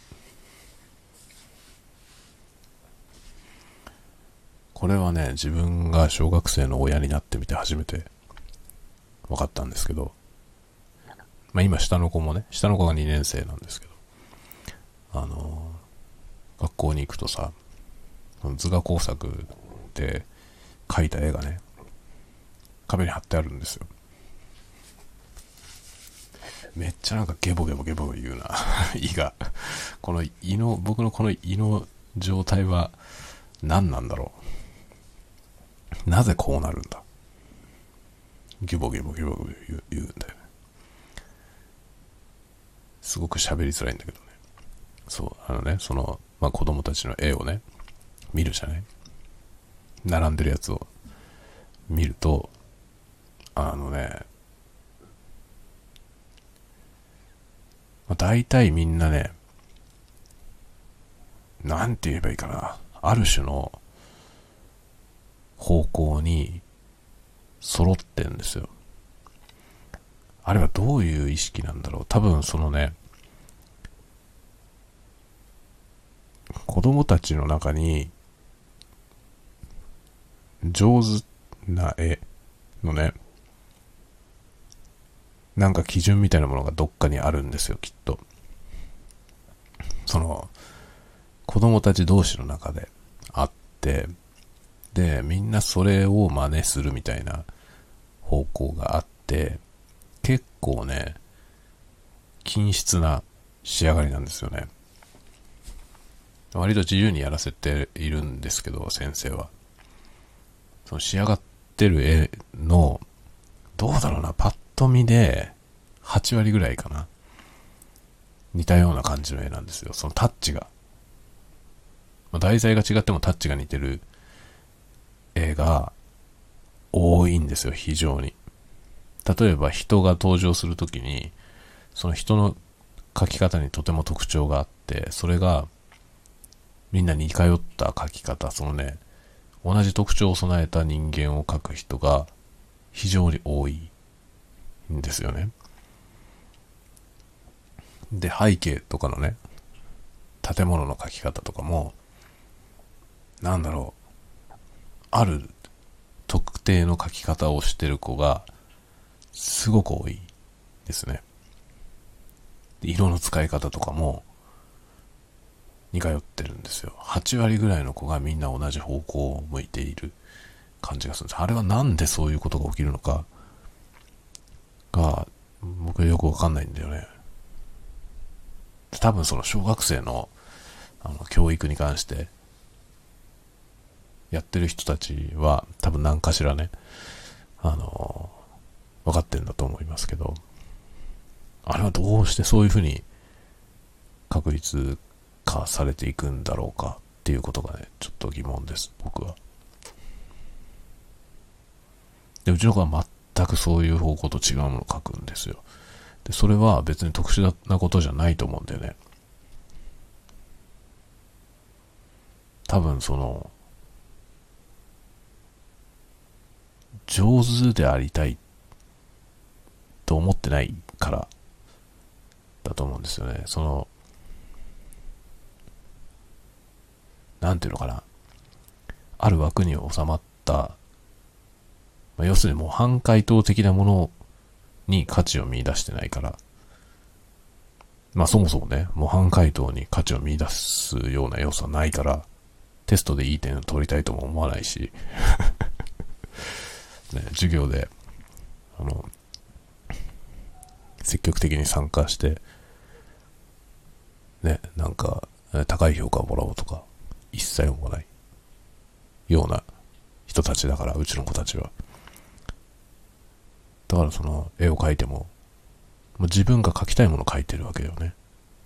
これはね、自分が小学生の親になってみて初めて分かったんですけど、まあ今下の子もね、下の子がにねん生なんですけど、あのー、学校に行くとさ、図画工作で描いた絵がね、壁に貼ってあるんですよ。めっちゃなんかゲボゲボゲボ言うな胃が、この胃の、僕のこの胃の状態は何なんだろう。なぜこうなるんだ。ゲボゲボゲボゲボ言う、言うんだよね。すごく喋りづらいんだけどね。そう、あのね、その、まあ、子供たちの絵をね、見るじゃない。並んでるやつを見ると、あのね、まあ、大体みんなね、なんて言えばいいかな、ある種の方向に揃ってんですよ。あれはどういう意識なんだろう。多分そのね、子供たちの中に上手な絵のね、なんか基準みたいなものがどっかにあるんですよ、きっと。その子供たち同士の中であって、でみんなそれを真似するみたいな方向があって、結構ね均質な仕上がりなんですよね。割と自由にやらせているんですけど、先生はその仕上がってる絵の、どうだろうな、パッと見ではち割ぐらいかな、似たような感じの絵なんですよ。そのタッチが、まあ、題材が違ってもタッチが似てる絵が多いんですよ、非常に。例えば人が登場するときに、その人の描き方にとても特徴があって、それがみんな似通った描き方、そのね、同じ特徴を備えた人間を描く人が非常に多いんですよね。 で、背景とかのね、建物の描き方とかも、なんだろう、ある特定の描き方をしてる子が、すごく多いですね。色の使い方とかも、似通ってるんですよ。はち割ぐらいの子がみんな同じ方向を向いている感じがするんです。あれはなんでそういうことが起きるのかが、僕はよくわかんないんだよね。多分その小学生の、あの教育に関してやってる人たちは多分何かしらね、あの分かってるんだと思いますけど、あれはどうしてそういうふうに確率化されていくんだろうかっていうことがね、ちょっと疑問です、僕は。で、うちの子は全くそういう方向と違うものを書くんですよ。で、それは別に特殊なことじゃないと思うんだよね。多分その、上手でありたいと思ってないからだと思うんですよね。その、なんていうのかな。ある枠に収まった、まあ、要するにもう反回答的なものに価値を見出してないから、まあそもそもね、模範解答に価値を見出すような要素はないから、テストでいい点を取りたいとも思わないし、ね、授業で、あの、積極的に参加して、ね、なんか、高い評価をもらおうとか、一切思わないような人たちだから、うちの子たちは。だからその、絵を描いても、もう自分が描きたいものを描いてるわけよね。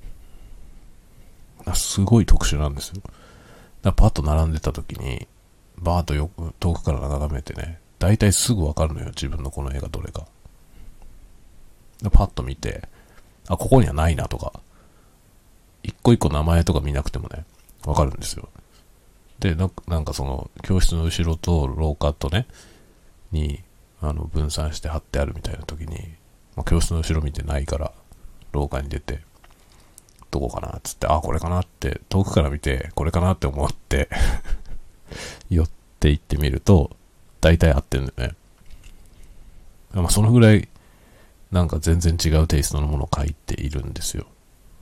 すごい特殊なんですよ。だからパッと並んでた時に、バーッとよく遠くから眺めてね、大体すぐわかるのよ、自分のこの絵がどれか。でパッと見て、あ、ここにはないなとか、一個一個名前とか見なくてもね、わかるんですよ。で、ななんかその、教室の後ろと廊下とね、に、あの、分散して貼ってあるみたいな時に、まあ、教室の後ろ見てないから、廊下に出て、どこかなっつって、あ、これかなって、遠くから見て、これかなって思って、寄って行ってみると、大体合ってるんだよね。まあ、そのぐらい、なんか全然違うテイストのものを描いているんですよ。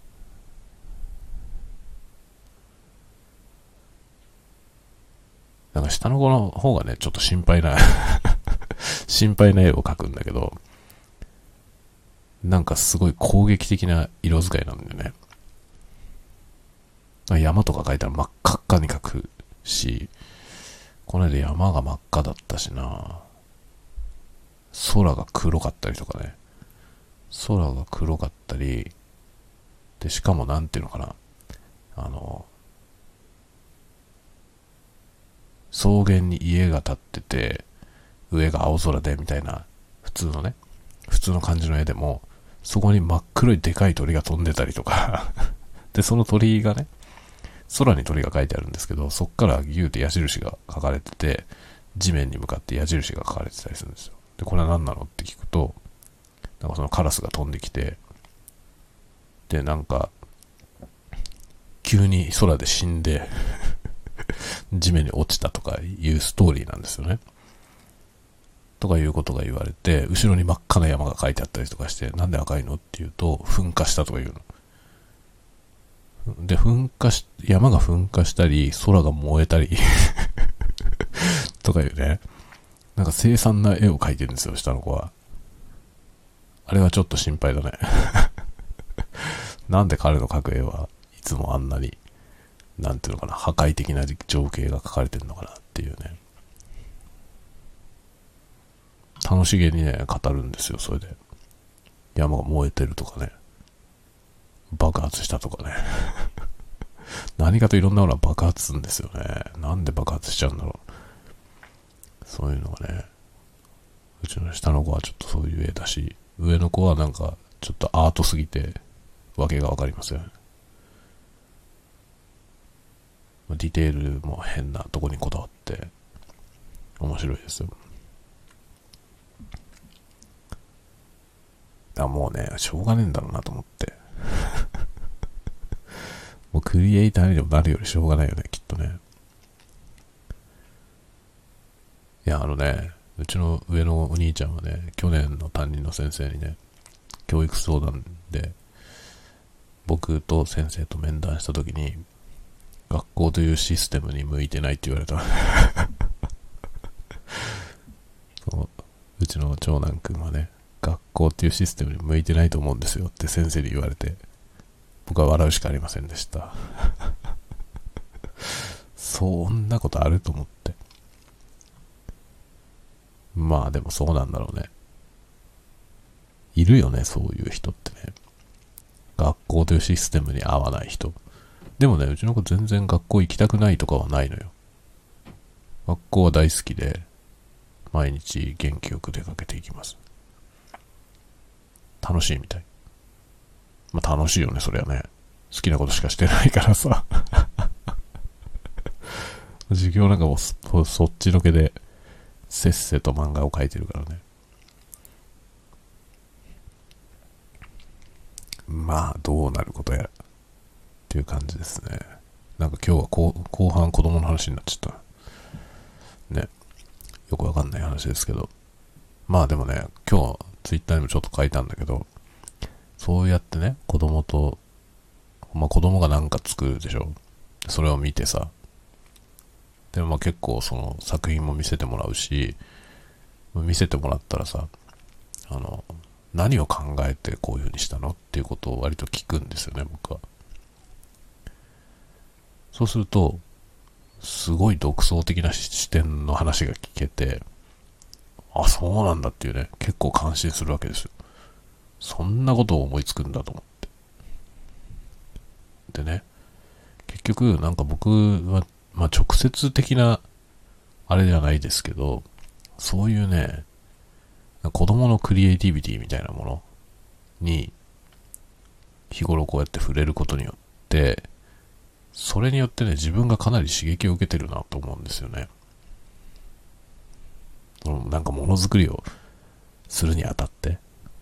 なんか下の子の方がね、ちょっと心配な心配な絵を描くんだけど、なんかすごい攻撃的な色使いなんだよね。山とか描いたら真っ赤っかに描くし、この間山が真っ赤だったしな、空が黒かったりとかね、空が黒かったり、で、しかもなんていうのかな、あの、草原に家が建ってて、上が青空でみたいな、普通のね、普通の感じの絵でも、そこに真っ黒いでかい鳥が飛んでたりとかで、その鳥がね、空に鳥が書いてあるんですけど、そっからギューって矢印が書かれてて、地面に向かって矢印が書かれてたりするんですよ。で、これは何なのって聞くと、なんかそのカラスが飛んできて、で、なんか、急に空で死んで地面に落ちたとかいうストーリーなんですよね。とかいうことが言われて、後ろに真っ赤な山が書いてあったりとかして、なんで赤いのって言うと、噴火したとか言うの。で、噴火し、山が噴火したり、空が燃えたりとかいうね、なんか凄惨な絵を描いてるんですよ、下の子は。あれはちょっと心配だねなんで彼の描く絵はいつもあんなに、なんていうのかな、破壊的な情景が描かれてるのかなっていうね。楽しげにね、語るんですよ、それで。山が燃えてるとかね。爆発したとかね。何かといろんなものは爆発するんですよね。なんで爆発しちゃうんだろう。そういうのがね。うちの下の子はちょっとそういう絵だし、上の子はなんかちょっとアートすぎて、わけがわかりません。ディテールも変なとこにこだわって、面白いですよ。あ、もうね、しょうがねえんだろうなと思って。 クリエイターにでもなるよりしょうがないよね、きっとね。いや、あのね、うちの上のお兄ちゃんはね、去年の担任の先生にね、教育相談で、僕と先生と面談したときに、学校というシステムに向いてないって言われた。そううちの長男くんはね、学校っていうシステムに向いてないと思うんですよって先生に言われて、僕は笑うしかありませんでした。そんなことあると思って。まあでもそうなんだろうね。いるよね、そういう人ってね。学校というシステムに合わない人。でもね、うちの子全然学校行きたくないとかはないのよ。学校は大好きで、毎日元気よく出かけていきます。楽しいみたい。まあ楽しいよね、それはね。好きなことしかしてないからさ。授業なんかもそそっちのけで、せっせと漫画を描いてるからね。まあ、どうなることやら。っていう感じですね。なんか今日は後後半子供の話になっちゃった。ね。よくわかんない話ですけど。まあでもね、今日ツイッターにもちょっと書いたんだけど、そうやってね、子供と、まあ子供がなんか作るでしょ。それを見てさ。でもまあ結構その作品も見せてもらうし、見せてもらったらさ、あの、何を考えてこういう風にしたのっていうことを割と聞くんですよね、僕は。そうすると、すごい独創的な視点の話が聞けて、あ、そうなんだっていうね、結構感心するわけですよ。そんなことを思いつくんだと思って。でね、結局なんか僕は、まあ直接的なあれではないですけど、そういうね、子供のクリエイティビティみたいなものに日頃こうやって触れることによって、それによってね、自分がかなり刺激を受けてるなと思うんですよね。なんかものづくりをするにあたって、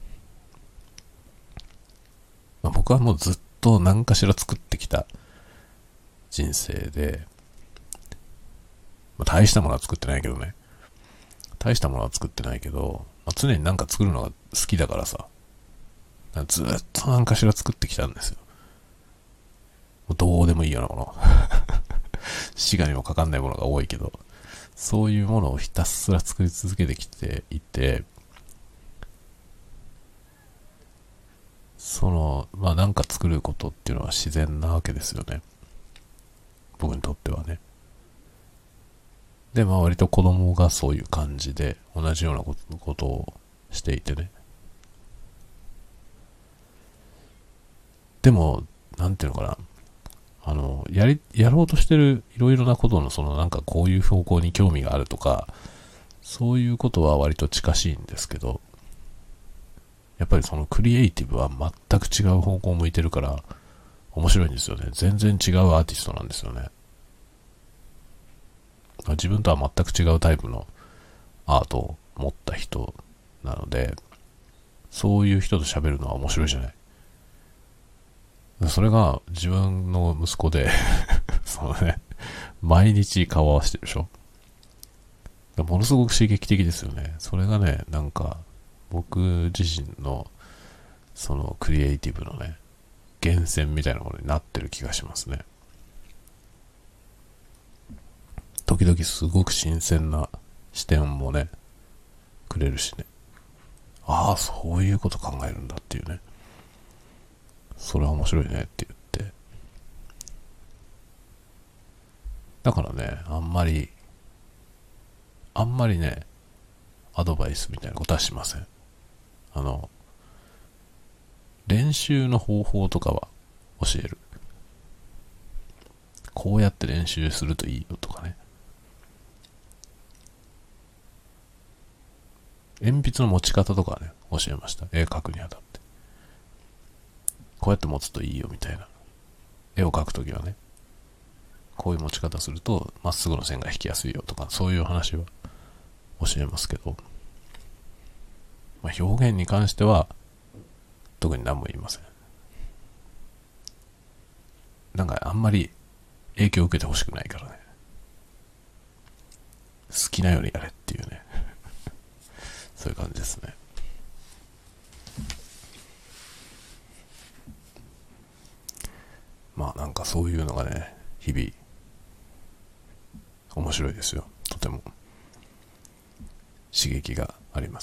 まあ、僕はもうずっと何かしら作ってきた人生で、まあ、大したものは作ってないけどね、大したものは作ってないけど、まあ、常に何か作るのが好きだからさ、ずっと何かしら作ってきたんですよ。もうどうでもいいようなもの。滋賀にもかかんないものが多いけど、そういうものをひたすら作り続けてきていて、その、まあなんか作ることっていうのは自然なわけですよね。僕にとってはね。で、まあ割と子供がそういう感じで、同じようなことをしていてね。でも、なんていうのかな。あの、やり、やろうとしてるいろいろなことの、そのなんかこういう方向に興味があるとか、そういうことは割と近しいんですけど、やっぱりそのクリエイティブは全く違う方向を向いてるから、面白いんですよね。全然違うアーティストなんですよね。自分とは全く違うタイプのアートを持った人なので、そういう人と喋るのは面白いじゃない。それが自分の息子で、そのね、毎日顔合わせてるでしょ。ものすごく刺激的ですよね。それがね、なんか、僕自身の、そのクリエイティブのね、源泉みたいなものになってる気がしますね。時々すごく新鮮な視点もね、くれるしね。ああ、そういうこと考えるんだっていうね。それは面白いねって言って。だからね、あんまり、あんまりね、アドバイスみたいなことはしません。あの、練習の方法とかは教える。こうやって練習するといいよとかね。鉛筆の持ち方とかはね、教えました。絵描くにあたって。こうやって持つといいよみたいな。絵を描くときはね、こういう持ち方すると、まっすぐの線が引きやすいよとか、そういう話は教えますけど、まあ、表現に関しては、特に何も言いません。 なんかあんまり影響を受けてほしくないからね。好きなようにやれっていうね。そういう感じですね。まあなんかそういうのがね、日々面白いですよ。とても刺激があります。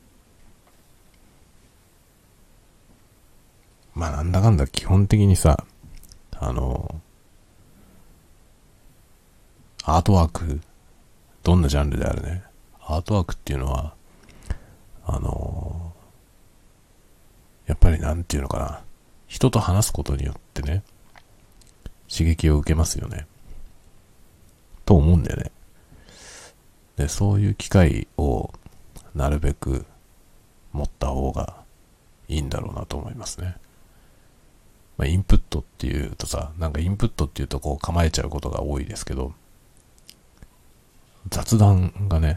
まあなんだかんだ基本的にさ、あのアートワーク、どんなジャンルであるね、アートワークっていうのはあのやっぱりなんていうのかな、人と話すことによってね、刺激を受けますよねと思うんだよね。で、そういう機会をなるべく持った方がいいんだろうなと思いますね。まあ、インプットっていうとさ、なんかインプットっていうとこう構えちゃうことが多いですけど、雑談がね、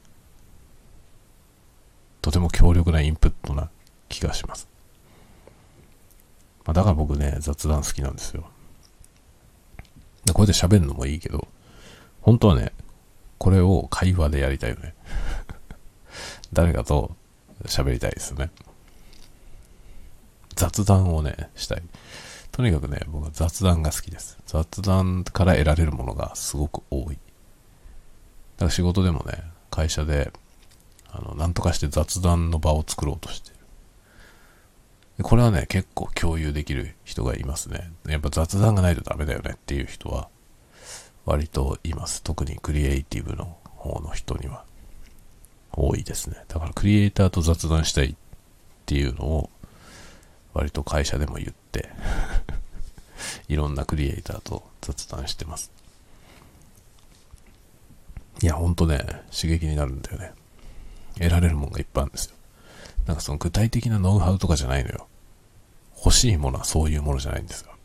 とても強力なインプットな気がします。まあ、だから僕ね、雑談好きなんですよ。でこれで喋るのもいいけど、本当はね、これを会話でやりたいよね。誰かと喋りたいですよね。雑談をね、したい。とにかくね、僕は雑談が好きです。雑談から得られるものがすごく多い。だから仕事でもね、会社で、あの、なんとかして雑談の場を作ろうとしている。これはね、結構共有できる人がいますね。やっぱ雑談がないとダメだよねっていう人は、割といます。特にクリエイティブの方の人には多いですね。だからクリエイターと雑談したいっていうのを割と会社でも言っていろんなクリエイターと雑談してます。いやほんとね、刺激になるんだよね。得られるものがいっぱいあるんですよ。なんかその具体的なノウハウとかじゃないのよ。欲しいものはそういうものじゃないんですよ。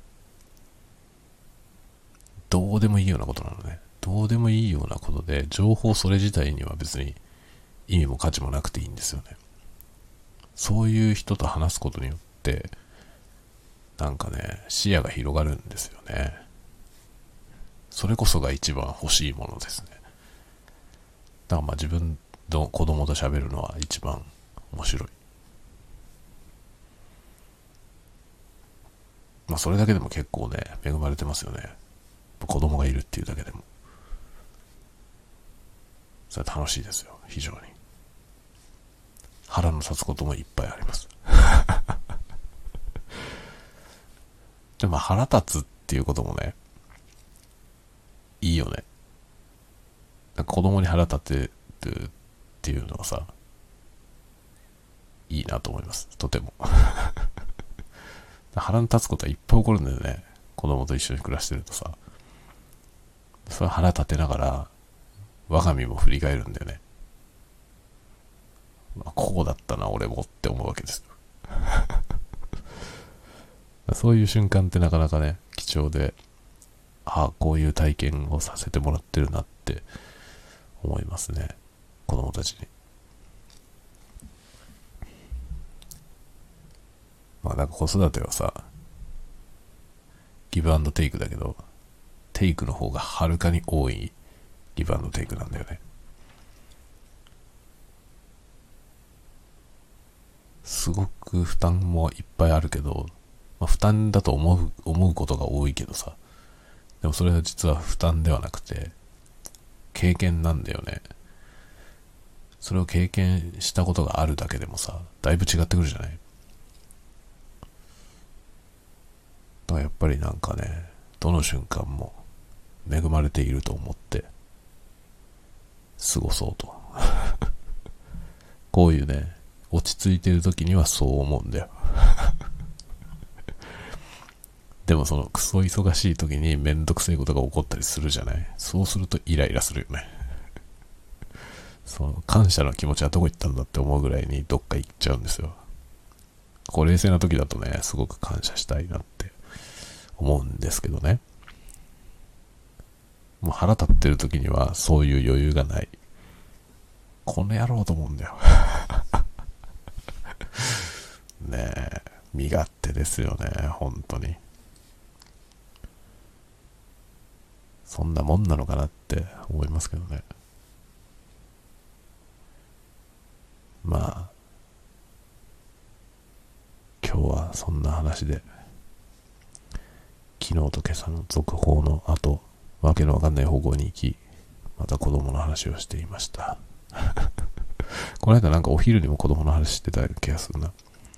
どうでもいいようなことなのね。どうでもいいようなことで、情報それ自体には別に意味も価値もなくていいんですよね。そういう人と話すことによってなんかね、視野が広がるんですよね。それこそが一番欲しいものですね。だからまあ自分の子供と喋るのは一番面白い。まあそれだけでも結構ね、恵まれてますよね。子供がいるっていうだけでも。それ楽しいですよ、非常に。腹の立つこともいっぱいあります。でも腹立つっていうこともね、いいよね。なんか子供に腹立てるっていうのはさ、いいなと思います。とても。腹の立つことはいっぱい起こるんだよね。子供と一緒に暮らしてるとさ。それ腹立てながら、我が身も振り返るんだよね。こうだったな、俺もって思うわけですよ。そういう瞬間ってなかなかね、貴重で、ああ、こういう体験をさせてもらってるなって思いますね。子供たちに。まあなんか子育てはさ、ギブアンドテイクだけど、テイクの方がはるかに多いギブアンドテイクなんだよね。すごく負担もいっぱいあるけど、まあ、負担だと思う、思うことが多いけどさ、でもそれは実は負担ではなくて、経験なんだよね。それを経験したことがあるだけでもさ、だいぶ違ってくるじゃない。だからやっぱりなんかね、どの瞬間も恵まれていると思って過ごそうと。こういうね、落ち着いてる時にはそう思うんだよ。でもそのクソ忙しい時にめんどくせえことが起こったりするじゃない。そうするとイライラするよね。その感謝の気持ちはどこ行ったんだって思うぐらいにどっか行っちゃうんですよ。こう冷静な時だとね、すごく感謝したいなって思うんですけどね。もう腹立ってる時にはそういう余裕がない。この野郎と思うんだよ。ねえ、身勝手ですよね、本当に。 そんなもんなのかなって思いますけどね。まあ今日はそんな話で、昨日と今朝の続報の後、わけのわかんない方向に行き、また子供の話をしていました。この間なんかお昼にも子供の話してた気がするな。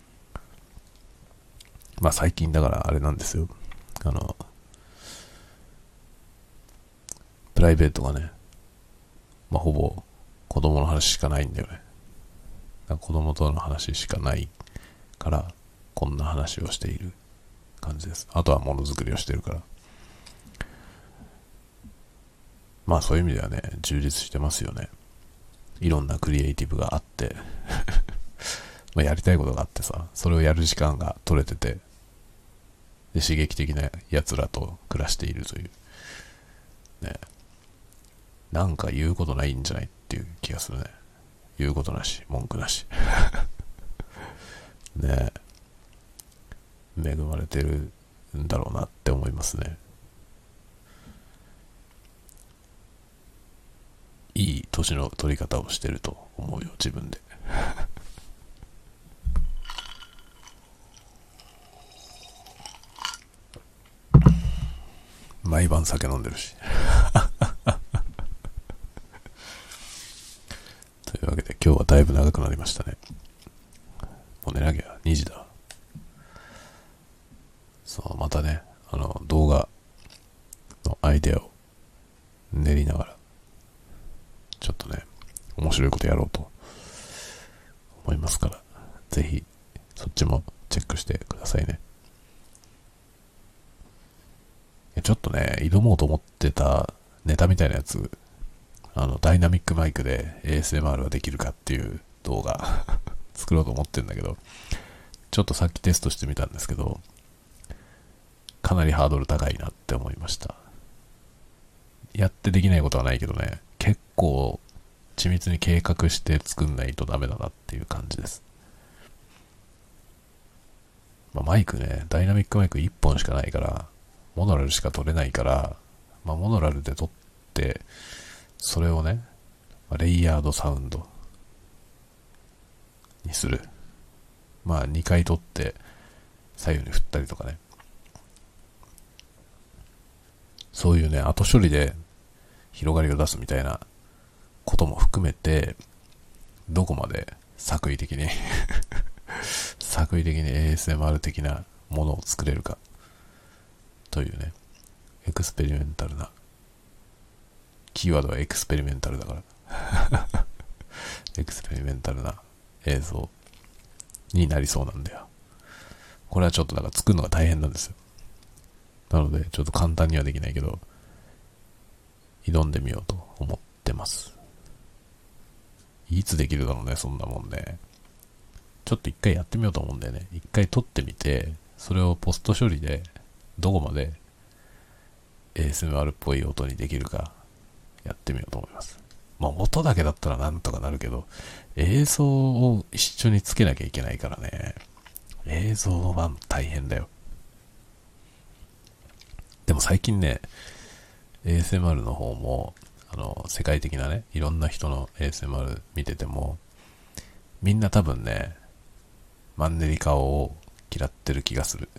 まあ最近だからあれなんですよ。あの、プライベートがね、まあほぼ子供の話しかないんだよね。だから子供との話しかないから、こんな話をしている感じです。あとはものづくりをしてるから。まあそういう意味ではね、充実してますよね。いろんなクリエイティブがあってまあやりたいことがあってさ、それをやる時間が取れてて、で刺激的な奴らと暮らしているというね。なんか言うことないんじゃないっていう気がするね。言うことなし、文句なしねえ、恵まれてるんだろうなって思いますね。いい年の取り方をしてると思うよ、自分で毎晩酒飲んでるしというわけで今日はだいぶ長くなりましたね。もう寝なきゃにじだ。そう、またね、あの動画のアイデアを練りながらちょっとね、面白いことやろうと思いますから、ぜひそっちもチェックしてくださいね。ちょっとね、挑もうと思ってたネタみたいなやつ、あのダイナミックマイクで エーエスエムアール ができるかっていう動画作ろうと思ってるんだけど、ちょっとさっきテストしてみたんですけど、かなりハードル高いなって思いました。やってできないことはないけどね、結構緻密に計画して作んないとダメだなっていう感じです。まあ、マイクね、ダイナミックマイクいっぽんしかないから、モノラルしか取れないから、まあ、モノラルで撮って、それをね、レイヤードサウンドにする。まあにかい撮って左右に振ったりとかね。そういうね、後処理で広がりを出すみたいなことも含めて、どこまで作為的に作為的に エーエスエムアール 的なものを作れるかというね、エクスペリメンタルな、キーワードはエクスペリメンタルだからエクスペリメンタルな映像になりそうなんだよ。これはちょっとだから作るのが大変なんですよ。なのでちょっと簡単にはできないけど、挑んでみようと思ってます。いつできるだろうね、そんなもんね。ちょっと一回やってみようと思うんだよね。一回撮ってみて、それをポスト処理でどこまで エーエスエムアール っぽい音にできるかやってみようと思います。まあ音だけだったらなんとかなるけど、映像を一緒につけなきゃいけないからね。映像は大変だよ。でも最近ね、エーエスエムアール の方も、あの、世界的なね、いろんな人の エーエスエムアール 見てても、みんな多分ね、マンネリ顔を嫌ってる気がする。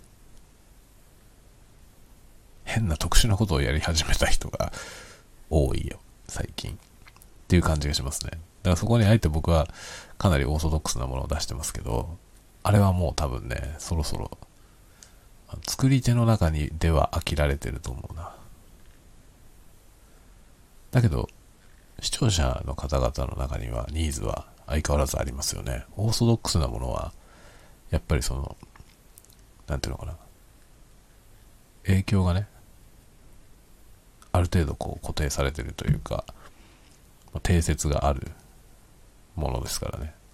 変な特殊なことをやり始めた人が多いよ、最近。っていう感じがしますね。だからそこにあえて僕はかなりオーソドックスなものを出してますけど、あれはもう多分ね、そろそろ作り手の中にでは飽きられてると思うな。だけど視聴者の方々の中にはニーズは相変わらずありますよね。オーソドックスなものはやっぱりその、なんていうのかな、影響がね、ある程度こう固定されてるというか、定説があるものですからね。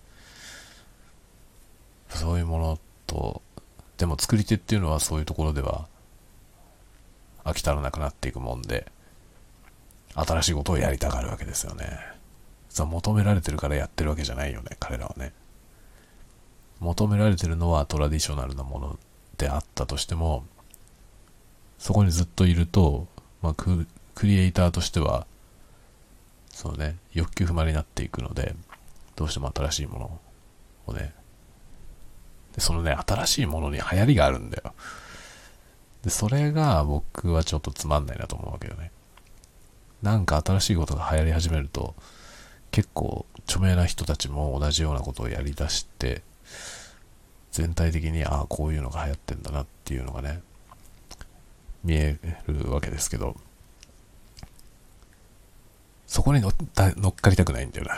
そういうものと、でも作り手っていうのはそういうところでは飽き足らなくなっていくもんで、新しいことをやりたがるわけですよね。さあ求められてるからやってるわけじゃないよね、彼らはね。求められてるのはトラディショナルなものであったとしても、そこにずっといると、まあ、空クリエイターとしては、そうね、欲求不満になっていくので、どうしても新しいものをね、でそのね、新しいものに流行りがあるんだよ。で、それが僕はちょっとつまんないなと思うわけよね。なんか新しいことが流行り始めると、結構著名な人たちも同じようなことをやり出して、全体的に、ああ、こういうのが流行ってんだなっていうのがね、見えるわけですけど、そこに乗った乗っかりたくないんだよな。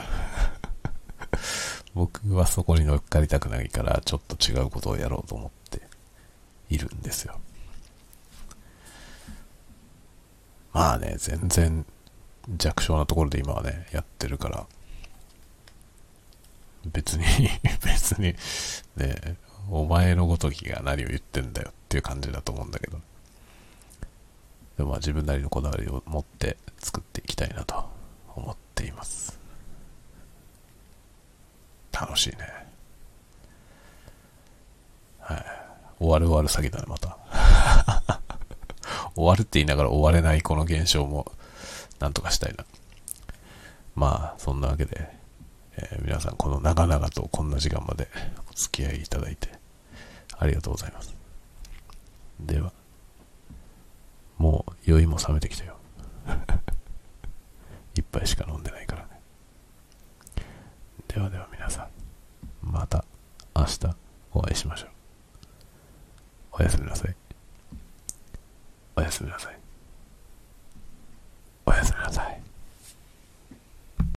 僕はそこに乗っかりたくないから、ちょっと違うことをやろうと思っているんですよ。まあね、全然弱小なところで今はね、やってるから、別に、別に、ね、お前のごときが何を言ってんだよっていう感じだと思うんだけど、でもまあ自分なりのこだわりを持って作っていきたいなと思っています。楽しいね。はい。終わる終わる詐欺だね、また。終わるって言いながら終われないこの現象もなんとかしたいな。まあ、そんなわけで、えー皆さんこの長々とこんな時間までお付き合いいただいてありがとうございます。では、もう酔いも冷めてきたよ。一杯しか飲んでないからね。ではでは皆さん、また明日お会いしましょう。おやすみなさい。